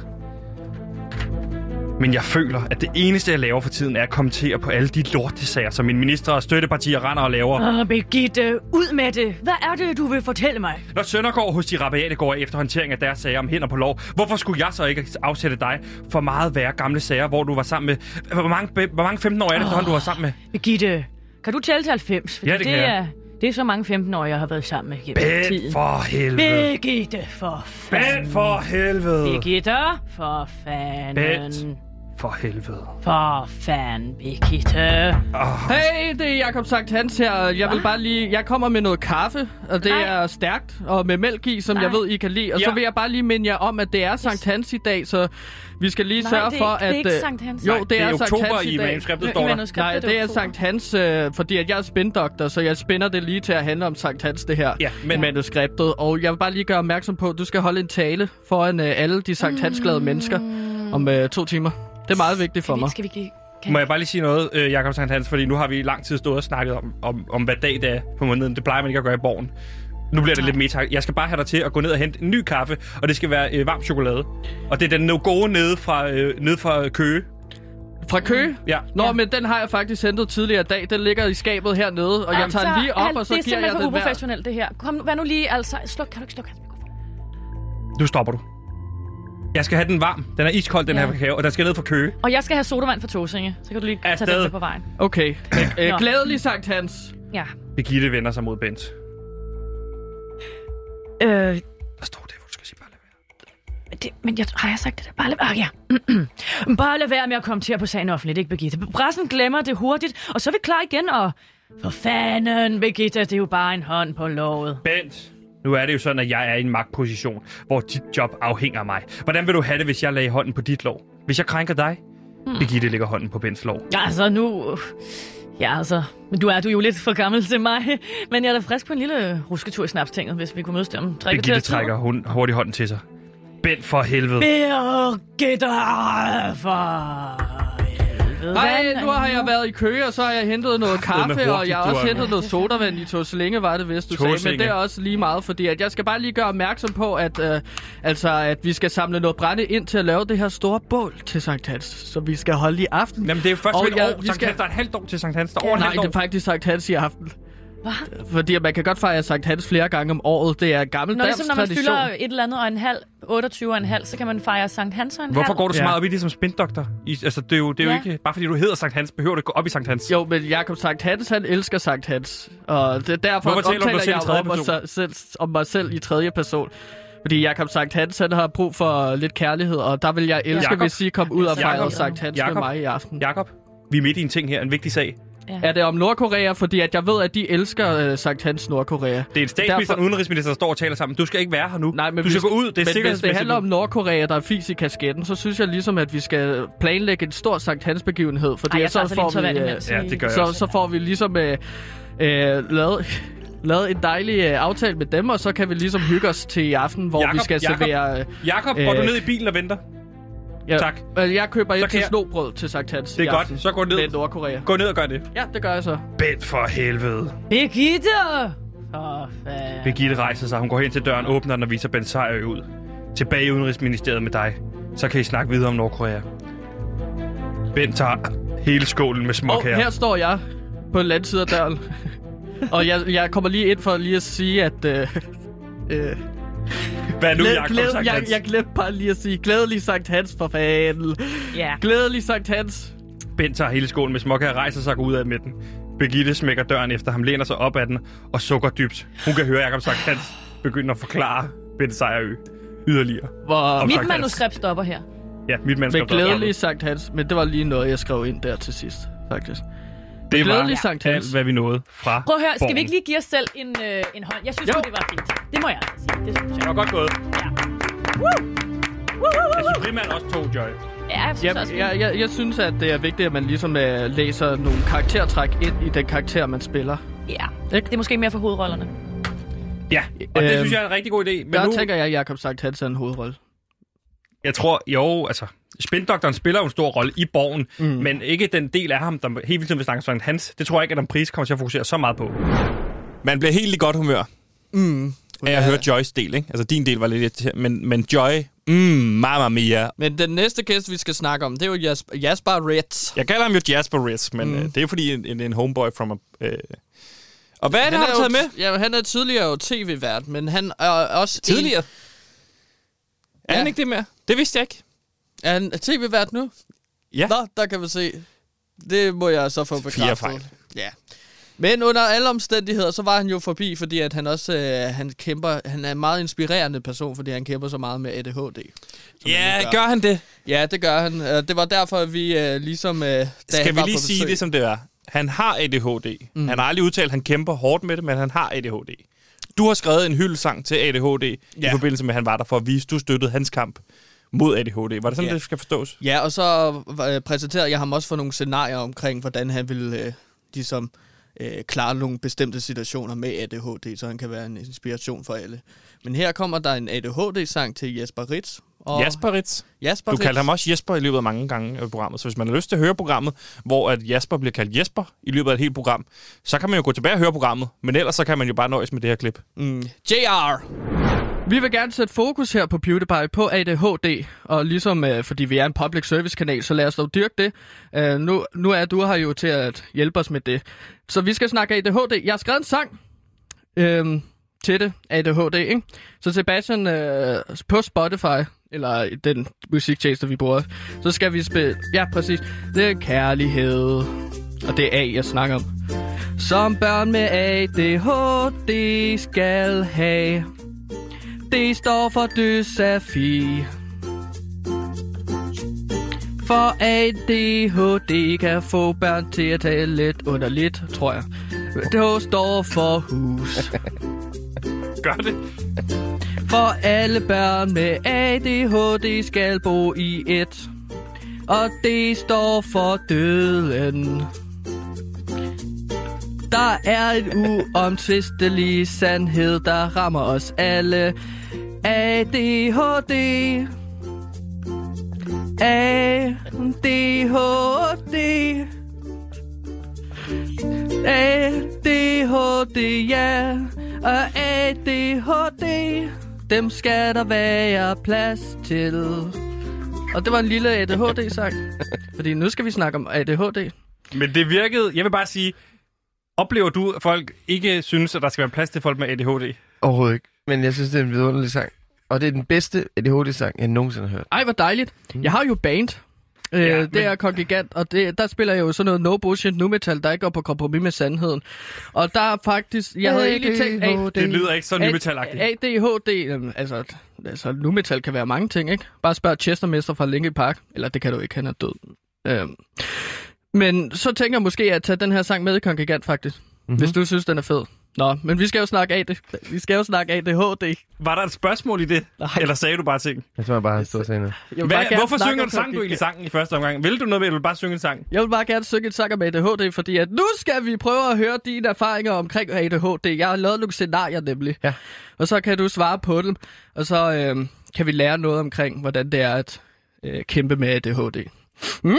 Men jeg føler, at det eneste, jeg laver for tiden, er at kommentere på alle de lortesager, som mine ministre og støttepartier render og laver. Åh, Birgitte, ud med det. Hvad er det, du vil fortælle mig? Når Søndergaard hos de rabiate går af efter håndtering af deres sager om hænder på lov, hvorfor skulle jeg så ikke afsætte dig for meget værre gamle sager, hvor du var sammen med... Hvor mange, hvor mange femten år er det, efterhånden, du var sammen med? Birgitte, kan du tælle til halvfems? Fordi Ja, det kan det jeg. er, det er så mange femten-årige, jeg har været sammen med gennem Bent tiden. for helvede. Birgitte, for fanden. Bent for helvede. Birgitte, for fanden. Bent for helvede. For fanden, Birgitte. Hey, det er Jakob Sankt Hans her. Jeg vil bare lige... Jeg kommer med noget kaffe, og det Nej. er stærkt, og med mælk i, som Nej. jeg ved, I kan lide. Og Ja. så vil jeg bare lige minde jer om, at det er Sankt Hans i dag, så vi skal lige Nej, sørge det er for, ikke- at... det er ikke øh, Sankt Hans. Jo, Nej, det, det er er Sankt oktober Hans i i dag. manuskriptet, I står der. manuskriptet Nej, er det er oktober. Sankt Hans, øh, fordi at jeg er spindoktor, så jeg spænder det lige til at handle om Sankt Hans, det her Ja, men... men- manuskriptet. Og jeg vil bare lige gøre opmærksom på, at du skal holde en tale foran øh, alle de Sankt Hans-glade mennesker om øh, to timer. Det er meget vigtigt for Skal vi- mig. Skal vi give... Kan... Må jeg bare lige sige noget, øh, Jakob Sankt Hans, fordi nu har vi i lang tid stået og snakket om, om, om hvad dag det er på måneden. Det plejer man ikke at gøre i Borgen. Nu bliver det lidt meta. Jeg skal bare have dig til at gå ned og hente en ny kaffe, og det skal være øh, varm chokolade. Og det er den no gode nede fra, øh, nede fra Køge. Fra Køge? Ja. Nå, Ja. men den har jeg faktisk hentet tidligere i dag. Den ligger i skabet hernede, og jeg Jamen, tager den lige op, Hal, og så det er giver jeg simpelthen den for hver. uprofessionelt, det her. Kom nu, vær nu lige, altså... Sluk, kan du ikke slukke hans mikrofon? Nu stopper du. Jeg skal have den varm. Den er iskold, den Ja. her kakao, og den skal ned fra Køge. Og jeg skal have sodavand for Tåsinge. Så kan du lige tage Afsted. det med på vejen. Okay. Øh, Nå. glædelig Sankt Hans. Ja. Birgitte vender sig mod Bent. Øh, Der står det, hvor du skal sige bare lad være. det, men jeg, har jeg sagt det der? Bare lad være. Ja. Bare lad være med at kommentere på sagen offentligt, ikke, Birgitte? Pressen glemmer det hurtigt, og så er vi klar igen, og... For fanden, Birgitte, det er jo bare en hånd på låget. Bent, nu er det jo sådan, at jeg er i en magtposition, hvor dit job afhænger af mig. Hvordan vil du have det, hvis jeg lagde hånden på dit lov? Hvis jeg krænker dig? Hmm. Birgitte lægger hånden på Bents lov. Ja, altså nu... Ja, altså... Men du er du jo lidt for gammel til mig. Men jeg er da frisk på en lille rusketur i Snapstinget, hvis vi kunne mødes der om tre Birgitte kvarters tid. trækker hun hurtigt hånden til sig. Bent for helvede. Birgitte, for helvede. Nej, Hvad- nu har jeg været i Køge, og så har jeg hentet noget Kraftedeme kaffe, og hurtigt, jeg har du også er- hentet noget sodavand i Tåsinge, var det vist, du sagde. Men Tåsinge. det er også lige meget, fordi at jeg skal bare lige gøre opmærksom på, at, øh, altså, at vi skal samle noget brænde ind til at lave det her store bål til Sankt Hans, så vi skal holde i aften. Jamen, det er jo først Og om et jeg- år. vi Sankt skal- Hans, der er et halvt år til Sankt Hans. Der er over et Nej, halvt det år. er faktisk Sankt Hans i aften. Hvad? Fordi at man kan godt fejre Sankt Hans flere gange om året. Det er gammel Nå, dansk ligesom når man tradition. fylder et eller andet og en halv, otteogtyve og en halv, så kan man fejre Sankt Hans og en Hvorfor halv. går du så Ja. meget op i det som spindoktor? I, altså, det er jo, det er jo Ja. ikke... Bare fordi du hedder Sankt Hans, behøver du gå op i Sankt Hans. Jo, men Jakob Sankt Hans, han elsker Sankt Hans. Og det er derfor Hvorfor taler du omtaler dig selv i jeg tredje om, mig person? selv, om mig selv i tredje person. Fordi Jakob Sankt Hans, han har brug for lidt kærlighed, og der vil jeg elske, Jakob? hvis I kom ud og fejrede Jakob? Sankt Hans Jakob? med mig i aften. Jakob, vi er midt i en ting her, en vigtig sag. Ja. Er det om Nordkorea? Fordi at jeg ved, at de elsker uh, Sankt Hans Nordkorea. Det er en statsminister og Derfor- en udenrigsminister, der står og taler sammen. Du skal ikke være her nu. Nej, men du vi skal skal- gå ud. Det er Men hvis det sikkerhedsmæssigt. handler om Nordkorea, der er fis i kasketten, så synes jeg ligesom, at vi skal planlægge en stor Sankt Hans begivenhed. Fordi Ej, jeg tager så, så lige får en tår vand vi, øh, imens. Ja, det gør jeg så, også. så får vi ligesom øh, øh, lavet, lavet en dejlig øh, aftale med dem, og så kan vi ligesom hygge os til i aften, hvor Jakob, vi skal Jakob. servere... Øh, Jakob, går Øh. du ned i bilen og venter? Ja. Tak. Jeg køber Så et til kan jeg- snobrød til Sankt Hans. Det er i godt. aften Så gå ned. Med Nordkorea. Gå ned og gør det. Ja, det gør jeg så. Bent for helvede. Birgitte! For fanden. Birgitte rejser sig. Hun går hen til døren, åbner den og viser Bent Sejerø ud. Tilbage i Udenrigsministeriet med dig. Så kan I snakke videre om Nordkorea. Bent tager hele skålen med Og småkager. her står jeg på den anden side af døren. Og jeg, jeg kommer lige ind for lige at sige, at... Øh, øh, Hvad er nu, glæd- Jakob glæd- Sankt jeg, Hans? jeg glemte bare lige at sige, glædelig Sankt Hans for fanden. Ja. Glædelig Sankt Hans. Bent tager hele skålen med småkager, rejser sig og går ud af med den. Birgitte smækker døren efter ham, læner sig op ad den og sukker dybt. Hun kan høre Jakob Sankt Hans begynde at forklare Bent Sejerø yderligere. Hvor... Om Mit Sankt Hans. manuskript stopper her. Ja, mit Med manuskript. glædelig Sankt Hans. Men det var lige noget, jeg skrev ind der til sidst, faktisk. Det var glædelig Sankt Hans. alt, hvad vi nåede fra Prøv at høre, skal borgen. vi ikke lige give os selv en, øh, en hånd? Jeg synes, Jo. jo. det var fint. Det må jeg altså sige. Det synes Det jeg. var godt gået. Ja. Jeg synes primært også to, Joy. Ja, jeg synes Ja, også, jeg, jeg, jeg synes, at det er vigtigt, at man ligesom uh, læser nogle karaktertræk ind i den karakter, man spiller. ja. Ikke? Det er måske mere for hovedrollerne. Ja, og det Øhm, synes jeg er en rigtig god idé. Men Der nu, tænker jeg, at Jakob Sankt Hans er en hovedrolle. jeg tror, jo, altså... Spindoktoren spiller jo en stor rolle i borgen, mm. men ikke den del af ham, der helt vildt vil snakke om Sankt Hans. Det tror jeg ikke, at den pris kommer til at fokusere så meget på. Man bliver helt i godt humør Mm. af at høre Joys del, ikke? Altså, din del var lidt irriterende, men, men Joy, mm, mamma mia. Men den næste gæst, vi skal snakke om, det er jo Jasper, Jasper Ritz. Jeg kalder ham jo Jasper Ritz, men mm. øh, det er fordi en, en, en homeboy from a... Øh... Og hvad er det, Han har du taget jo, med? Ja, han er tidligere jo tv-vært, men han er også... Tidligere? Er Ja. han ikke det mere? Det vidste jeg ikke. En, er han tv-vært nu? Ja. Nå, der kan vi se. Det må jeg så få bekræftet. Fire fejl. Ja. Men under alle omstændigheder, så var han jo forbi, fordi at han også øh, han kæmper, han er en meget inspirerende person, fordi han kæmper så meget med A D H D. Ja, gør han det? Ja, det gør han. Øh, Det var derfor, at vi øh, ligesom... Øh, da Skal han vi var lige på sige besøg- det, som det er? Han har A D H D. Mm. Han har aldrig udtalt, at han kæmper hårdt med det, men han har A D H D. Du har skrevet en hyldesang til A D H D ja. i forbindelse med, at han var der for at vise, du støttede hans kamp mod A D H D. Var det sådan, Ja. det skal forstås? Ja, og så øh, præsenterede jeg ham også for nogle scenarier omkring, hvordan han ville øh, ligesom, øh, klare nogle bestemte situationer med A D H D, så han kan være en inspiration for alle. Men her kommer der en A D H D-sang til Jasper Ritz. Og Jasper Ritz. Jasper Du Ritz. kaldte ham også Jesper i løbet af mange gange af programmet. Så hvis man har lyst til at høre programmet, hvor at Jasper bliver kaldt Jesper i løbet af et helt program, så kan man jo gå tilbage og høre programmet. Men ellers så kan man jo bare nøjes med det her klip. Mm. J R. Vi vil gerne sætte fokus her på PewDiePie, på A D H D, og ligesom, øh, fordi vi er en public service kanal, så lad os dog dyrke det. Øh, nu, nu er du her jo til at hjælpe os med det. Så vi skal snakke A D H D. Jeg har skrevet en sang øh, til det, A D H D, ikke? Så Sebastian, øh, på Spotify, eller den musiktjeneste, vi bruger, så skal vi spille, ja præcis, det er kærlighed, og det er A, jeg snakker om. Som børn med A D H D skal have. Det står for dysafi. For A D H D kan få børn til at tale lidt underligt, tror jeg. Det står for hus. Gør det. For alle børn med A D H D skal bo i et. Og det står for døden. Der er en uomtvistelig sandhed, der rammer os alle. A D H D. A D H D. A D H D, ja. Og A D H D, dem skal der være plads til. Og det var en lille A D H D-sang. Fordi nu skal vi snakke om A D H D. Men det virkede, jeg vil bare sige, oplever du, at folk ikke synes, at der skal være plads til folk med A D H D? Overhovedet ikke. Men jeg synes, det er en vidunderlig sang. Og det er den bedste A D H D-sang, jeg nogensinde har hørt. Ej, hvor dejligt. Jeg har jo band. Øh, Ja, det men- er Kongigant, og det, der spiller jeg jo sådan noget no bullshit nu metal, der ikke går på kompromis med sandheden. Og der er faktisk, jeg havde egentlig tænkt, at Det lyder ikke så nymetalagtigt. A D H D, øhm, altså, altså nu metal kan være mange ting, ikke? Bare spørg Chestermester fra Linkin Park, eller det kan du ikke, han er død. Øhm. Men så tænker jeg måske at tage den her sang med i Kongigant, faktisk. Mm-hmm. Hvis du synes, den er fed. Nå, men vi skal jo snakke A D, vi skal jo snakke A D H D. Var der et spørgsmål i det? Nej. Eller sagde du bare ting? Jeg tror, jeg bare har stået og sagt noget. Jeg vil Hvad, bare gerne hvorfor snakke synger om du sang du Kongigant. egentlig sangen i første omgang? Vil du noget med, eller vil du bare synge en sang? Jeg vil bare gerne synge en sang om A D H D, fordi at nu skal vi prøve at høre dine erfaringer omkring A D H D. Jeg har lavet nogle scenarier nemlig. Ja. Og så kan du svare på dem, og så øh, kan vi lære noget omkring, hvordan det er at øh, kæmpe med A D H D. Hmm?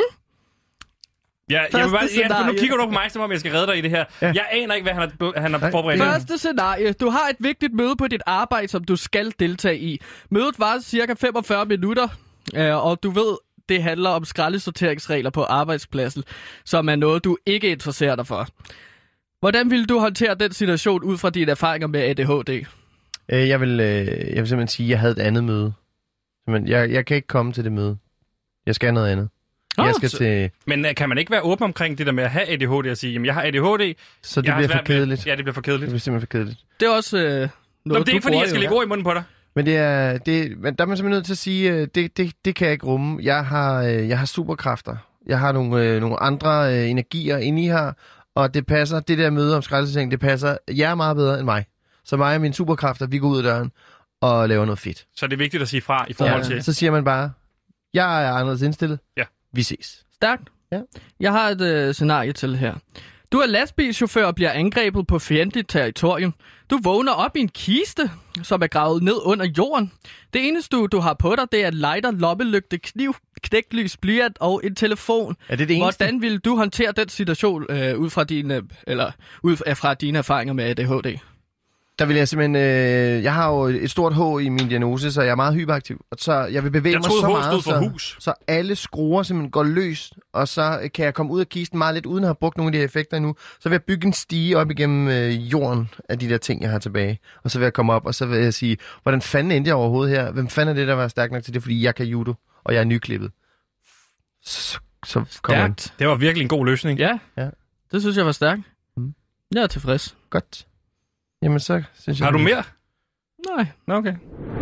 Ja, jeg vil bare, ja, nu kigger du på mig, som om jeg skal redde dig i det her. Ja. Jeg aner ikke, hvad han har, han har forberedt. Første scenarie. Du har et vigtigt møde på dit arbejde, som du skal deltage i. Mødet varer cirka femogfyrre minutter, øh, og du ved, det handler om skraldesorteringsregler på arbejdspladsen, som er noget, du ikke interesserer dig for. Hvordan ville du håndtere den situation ud fra dine erfaringer med A D H D? Øh, jeg, vil, øh, jeg vil simpelthen sige, at jeg havde et andet møde. Men jeg, jeg kan ikke komme til det møde. Jeg skal have noget andet. Oh, jeg skal så, til... Men uh, kan man ikke være åben omkring det der med at have A D H D og sige, jamen jeg har A D H D... Så det bliver for kedeligt. Ja, det bliver for kedeligt. Det bliver simpelthen for kedeligt. Det er også øh, noget, Nå, det er ikke fordi, jeg skal lægge ord i munden på dig. Men det er, det, men der er man simpelthen nødt til at sige, det, det, det kan jeg ikke rumme. Jeg har, jeg har superkræfter. Jeg har nogle, øh, nogle andre øh, energier inde i her, og det passer, det der møde om skraldesting, det passer jer meget bedre end mig. Så mig og mine superkræfter, vi går ud af døren og laver noget fedt. Så det er vigtigt at sige fra i forhold ja, til... Så siger man bare, jeg er anderledes indstillet. Ja. Vi ses. Stærkt. Ja. Jeg har et øh, scenarie til her. Du er lastbilchauffør og bliver angrebet på fjendtligt territorium. Du vågner op i en kiste, som er gravet ned under jorden. Det eneste, du, du har på dig, det er lighter, lommelygte, kniv, knæklys, blyant og en telefon. Er det det eneste? Hvordan vil du håndtere den situation øh, ud fra dine, eller ud fra dine erfaringer med A D H D? Der vil jeg simpelthen... Øh, jeg har jo et stort H i min diagnose, så jeg er meget hyperaktiv. Så jeg vil bevæge jeg mig så meget, så, hus. så alle skruer simpelthen går løs. Og så kan jeg komme ud af kisten meget lidt, uden at have brugt nogle af de her effekter endnu. Så vil jeg bygge en stige op igennem øh, jorden af de der ting, jeg har tilbage. Og så vil jeg komme op, og så vil jeg sige, hvordan fanden endte jeg overhovedet her? Hvem fanden er det, der var stærk nok til det? Fordi jeg kan judo, og jeg er nyklippet. Så, så kommer man. Det var virkelig en god løsning. Ja, ja. Det synes jeg var stærkt. Mm. Jeg er tilfreds. Godt. Jamen så synes jeg... Har du mere? Nej. Okay.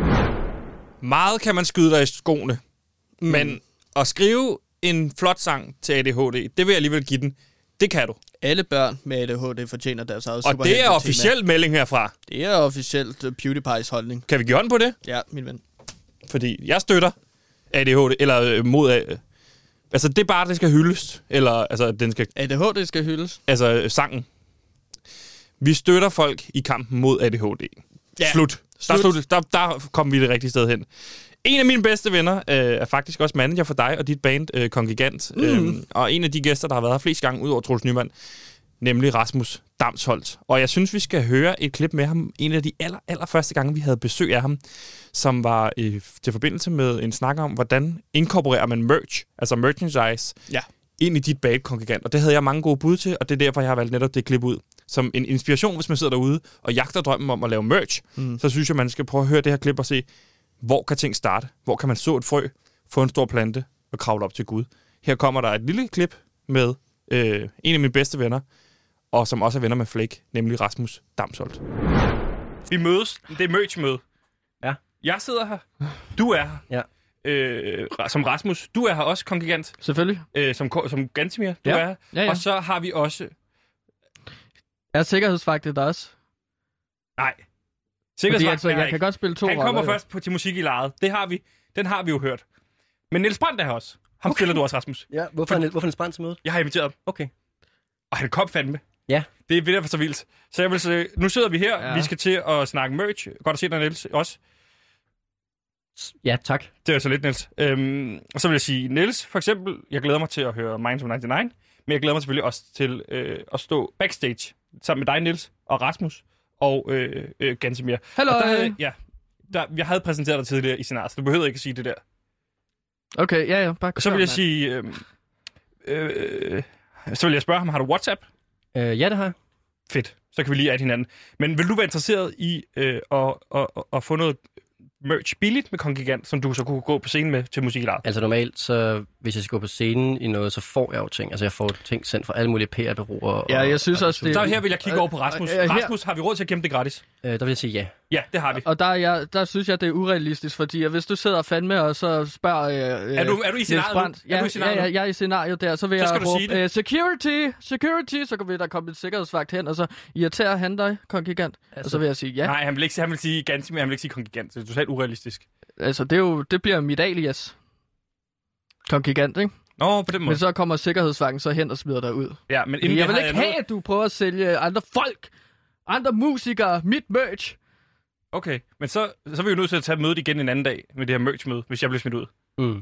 Meget kan man skyde dig i skoene, mm. men at skrive en flot sang til A D H D, det vil jeg alligevel give den. Det kan du. Alle børn med A D H D fortjener deres eget Og det er officiel melding herfra. Det er officielt uh, PewDiePie's holdning. Kan vi give hånd på det? Ja, min ven. Fordi jeg støtter A D H D, eller øh, mod... Øh, altså, det er bare, det skal hyldes. Eller, altså, den skal... A D H D skal hyldes? Altså, øh, sangen. Vi støtter folk i kampen mod A D H D. Ja. Slut. Slut. Der, der, der kom vi det rigtige sted hen. En af mine bedste venner øh, er faktisk også manager for dig og dit band, øh, Kongigant. Mm. Øhm, og en af de gæster, der har været her flest gange, ud over Troels Nyman, nemlig Rasmus Damsholt. Og jeg synes, vi skal høre et klip med ham. En af de aller, aller første gange, vi havde besøg af ham, som var øh, til forbindelse med en snak om, hvordan inkorporerer man merch, altså merchandise, ja. ind i dit band, Kongigant. Og det havde jeg mange gode bud til, og det er derfor, jeg har valgt netop det klip ud. Som en inspiration, hvis man sidder derude og jagter drømmen om at lave merch, mm. så synes jeg, man skal prøve at høre det her klip og se, hvor kan ting starte? Hvor kan man så et frø, få en stor plante og kravle op til Gud? Her kommer der et lille klip med øh, en af mine bedste venner, og som også er venner med Flake, nemlig Rasmus Damsholt. Vi mødes. Det er merch-møde. Ja. Jeg sidder her. Du er her. Ja. Øh, som Rasmus. Du er her også, Kongigant. Selvfølgelig. Øh, som, som Gantimir. Du ja. er her. Ja, ja. Og så har vi også... Er sikkerhedsvagtet der også? Nej. Fordi altså, jeg kan godt spille to Han roller, kommer eller? først på, til musik i lejet. Det har vi. Den har vi jo hørt. Men Niels Brandt er her også. Ham okay. spiller du også, Rasmus. Ja, hvorfor er, hvorfor er Niels Brandt til mødet? Jeg har inviteret ham. Okay. Og han kom fandme. Ja. Det er vildt for så vildt. Så jeg vil sige, nu sidder vi her. Ja. Vi skal til at snakke merch. Godt at se dig, Niels, også. Ja, tak. Det er så lidt, Niels. Øhm, og så vil jeg sige, Niels, for eksempel, jeg glæder mig til at høre Minds of nioghalvfems, men jeg glæder mig selvfølgelig også til øh, at stå backstage sammen med dig, Niels, og Rasmus, og øh, øh, Gantimir. Hallo. Og der havde, ja, der, jeg havde præsenteret dig tidligere i scenariet, så du behøver ikke at sige det der. Okay, ja, ja. Bare og så vil jeg sige, øh, øh, så vil jeg spørge ham, har du WhatsApp? Øh, ja, det har jeg. Fedt. Så kan vi lige adde hinanden. Men vil du være interesseret i øh, at, at, at, at få noget merch billigt med Kongigant, som du så kunne gå på scenen med til musik i lejet? Altså normalt, så hvis jeg skal gå på scenen i noget, så får jeg jo ting. Altså jeg får ting sendt fra alle mulige P R-bureauer. Ja, jeg synes også, det... Så her vil jeg kigge over på Rasmus. Rasmus, har vi råd til at gemme det gratis? Øh, der vil jeg sige ja. Ja, det har vi. Og der, er jeg, der synes jeg, det er urealistisk, fordi hvis du sidder fandme og så spørger... Øh, er, du, er du i scenariet nu? Ja, er du i scenariet ja, ja, jeg er i scenariet der. Så vil så jeg råbe, uh, security, security, så kan vi der komme en sikkerhedsvagt hen, og så irriterer han dig, Kongigant. Altså, og så vil jeg sige ja. Nej, han vil ikke, han vil sige Gantimir, han vil ikke sige Kongigant. Det er totalt urealistisk. Altså, det, er jo, det bliver mit alias. Kongigant, ikke? Nå, på den måde. Men så kommer sikkerhedsvagten så hen og smider dig ud. Ja, men jeg vil ikke have, at du prøver at sælge andre folk, andre musikere, mit merch. Okay, men så, så er vi jo nødt til at tage mødet igen en anden dag med det her merch-møde, hvis jeg bliver smidt ud. Mm.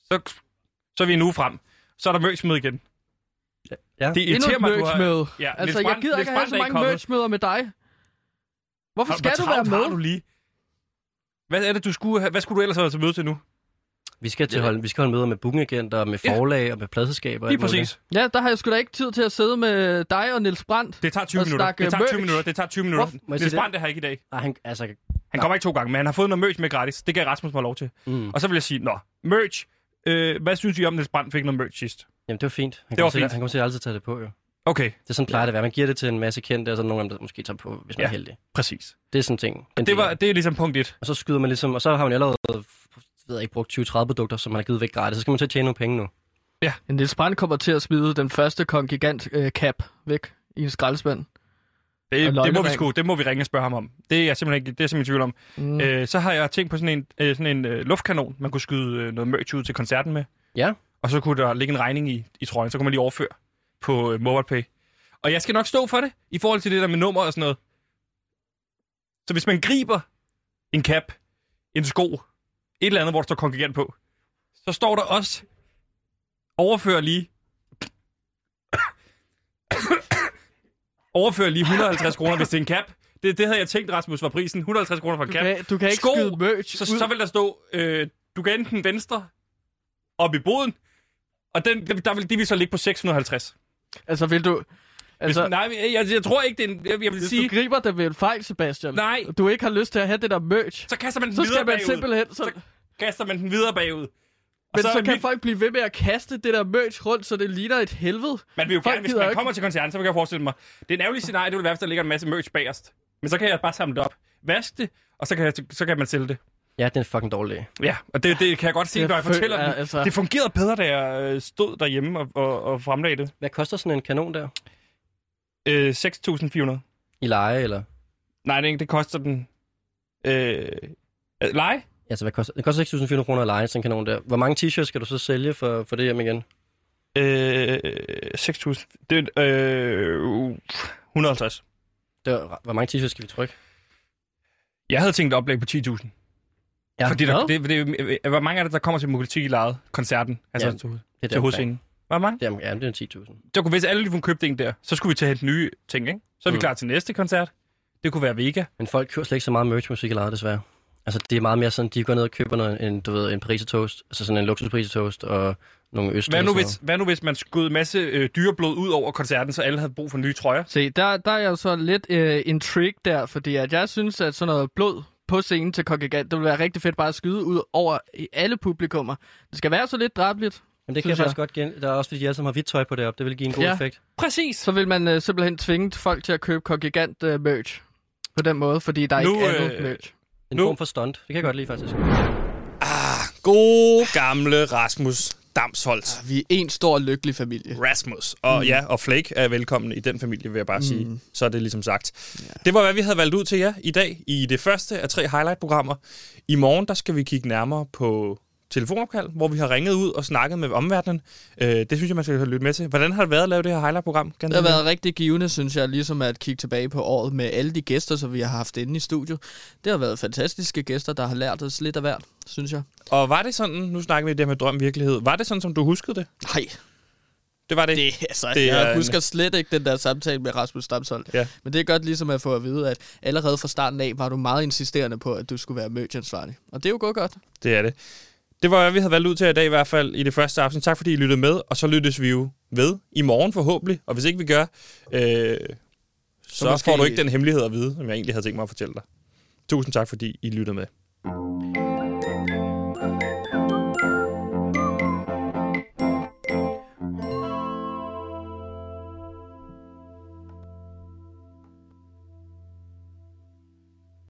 så, så er vi en uge frem. Så er der merch-møde igen. Ja. Det irriterer mig, du har... Ja, altså, jeg gider ikke have så mange merch-møder med dig. Hvorfor har, skal du være med? Du lige? Hvad er det, du skulle have? Hvad skulle du ellers have til møde til nu? Vi skal, til holde, vi skal holde møder med bookingagenter, med forlag ja. og med pladselskaber. Lige præcis. Ja, der har jeg sgu da ikke tid til at sidde med dig og Niels Brandt. Det tager tyve minutter. Det tager tyve minutter. Det tager tyve minutter. Niels Brandt det har ikke i dag. Ah, han, altså, han kommer ikke to gange, men han har fået noget merch med gratis. Det gav Rasmus mig lov til. Mm. Og så vil jeg sige, nå, merch. Øh, hvad synes I om, Niels Brandt fik noget merch sidst? Jamen, det var fint. Han det var til, fint. Han kommer til at altid tage det på, jo. Okay. Det er sådan plejer det at være. Man giver det til en masse kendte, og så nogle af dem, der måske tager på, hvis man ja, er heldig. Præcis. Det er sådan en ting. En det, var, det er ligesom punkt et. Og så skyder man ligesom, og så har man allerede ved jeg ikke, brugt tyve til tredive produkter, som man har givet væk gratis. Så skal man til at tjene nogle penge nu. Ja. En Niels Brandt kommer til at smide den første Kongigant øh, cap væk i en skraldespand. Det, det, må vi sgu, det må vi ringe og spørge ham om. Det er jeg simpelthen ikke, det er simpelthen tvivl om. Mm. Øh, så har jeg tænkt på sådan en, øh, sådan en øh, luftkanon, man kunne skyde øh, noget merch ud til koncerten med. Ja. Og så kunne der ligge en regning i, i trøjen, så kunne man lige overføre på øh, MobilePay. Og jeg skal nok stå for det, i forhold til det der med nummer og sådan noget. Så hvis man griber en cap, en sko, et eller andet, hvor der står Kongigant på, så står der også, overfør lige, overfør lige et hundrede og halvtreds kroner, hvis det er en cap. Det, det havde jeg tænkt, Rasmus, var prisen. et hundrede og halvtreds kroner for en cap. Du kan, du kan ikke sko, skyde merch så, så vil der stå, øh, du kan enten venstre op i boden, og den, der vil, de vil så ligge på seks hundrede og halvtreds. Altså, vil du... Altså, Hvis, nej, jeg, jeg tror ikke, det er en... Jeg, jeg vil hvis sige... du griber det ved en fejl, Sebastian, nej. du ikke har lyst til at have det der merch, så kaster man den så videre skal man bagud. simpelthen... Så... så kaster man den videre bagud. Og Men så, så kan mit... folk blive ved med at kaste det der merch rundt, så det ligner et helvede. Man vil jo folk gerne, hvis man ikke... kommer til koncerten, så kan jeg forestille mig... Det er en ærgerlig scenarie, det vil være, hvis der ligger en masse merch bagerst. Men så kan jeg bare samle det op, vaske det, og så kan, jeg, så kan man sælge det. Ja, det er en fucking dårlig. Ja, og det, det kan jeg godt se, det når jeg føl- fortæller ja, den. altså... Det fungerede bedre, da jeg stod derhjemme og, og, og fremlagde det. Hvad koster sådan en kanon der? Øh, seks tusind fire hundrede. I leje, eller? Nej, det, det koster den... Øh, leje? Altså, hvad koster, det koster seks tusind fire hundrede kroner at leje sådan en kanon der. Hvor mange t-shirts skal du så sælge for, for det hjem igen? Øh, seks tusind. Det er øh, et hundrede og halvtreds. Det var, hvor mange t-shirts skal vi trykke? Jeg havde tænkt et oplæg på ti tusind. Ja. Fordi der, det, det, hvor mange er det, der kommer til Mobility i lejet koncerten? Altså ja, til, det til hovedscenen? Hvor mange? Det er, ja, det er ti tusind. Så kunne, hvis alle lige købt en der, så skulle vi tage hente nye ting, ikke? Så er vi mm. klar til næste koncert. Det kunne være Vega. Men folk køber slet ikke så meget merch-musik i lejet, desværre. Altså, det er meget mere sådan, de går ned og køber noget, en, du ved, en Pariser-toast, altså sådan en luksus-Pariser-toast og nogle østrig. Hvad nu, hvis, hvad nu hvis man skød en masse øh, dyreblod ud over koncerten, så alle havde brug for nye trøjer? Se, der, der er jeg så lidt øh, intrigued der, fordi at jeg synes, at sådan noget blod på scenen til Kongigant, det vil være rigtig fedt bare at skyde ud over i alle publikummer. Det skal være så lidt drabeligt. Men det kan jeg faktisk godt gen... Der er også, fordi de alle sammen har hvidt tøj på det op. Det vil give en god ja, effekt. Præcis. Så vil man øh, simpelthen tvinge folk til at købe Kongigant øh, merch på den måde, fordi der er nu, ikke andet øh, merch. En nu. form for stunt. Det kan jeg godt lide, faktisk. Ah, god gamle Rasmus Damsholt. Ja, vi er en stor lykkelig familie. Rasmus. Og mm. ja, og Flake er velkommen i den familie, vil jeg bare mm. sige. Så er det ligesom sagt. Ja. Det var, hvad vi havde valgt ud til jer i dag i det første af tre highlight-programmer. I morgen, der skal vi kigge nærmere på telefonopkald, hvor vi har ringet ud og snakket med omverdenen. Øh, det synes jeg, man skal lytte med til. Hvordan har det været at lave det her highlight-program? Det har været rigtig givende, synes jeg, ligesom at kigge tilbage på året med alle de gæster, som vi har haft inde i studiet. Det har været fantastiske gæster, der har lært os lidt af hvert, synes jeg. Og var det sådan, nu snakker vi det med drøm virkelighed, var det sådan, som du huskede det? Nej. Det var det. det, altså, det jeg er husker en... slet ikke den der samtale med Rasmus Damsholt. Ja. Men det er godt ligesom at få at vide, at allerede fra starten af var du meget insisterende på, at du skulle være merch-ansvarlig. Og det er jo gået godt. Det er det. Det var, hvad vi havde valgt ud til i dag i hvert fald i det første afsnit. Tak fordi I lyttede med, og så lyttes vi jo ved i morgen forhåbentlig. Og hvis ikke vi gør, øh, så, så måske... får du ikke den hemmelighed at vide, som jeg egentlig havde tænkt mig at fortælle dig. Tusind tak fordi I lyttede med.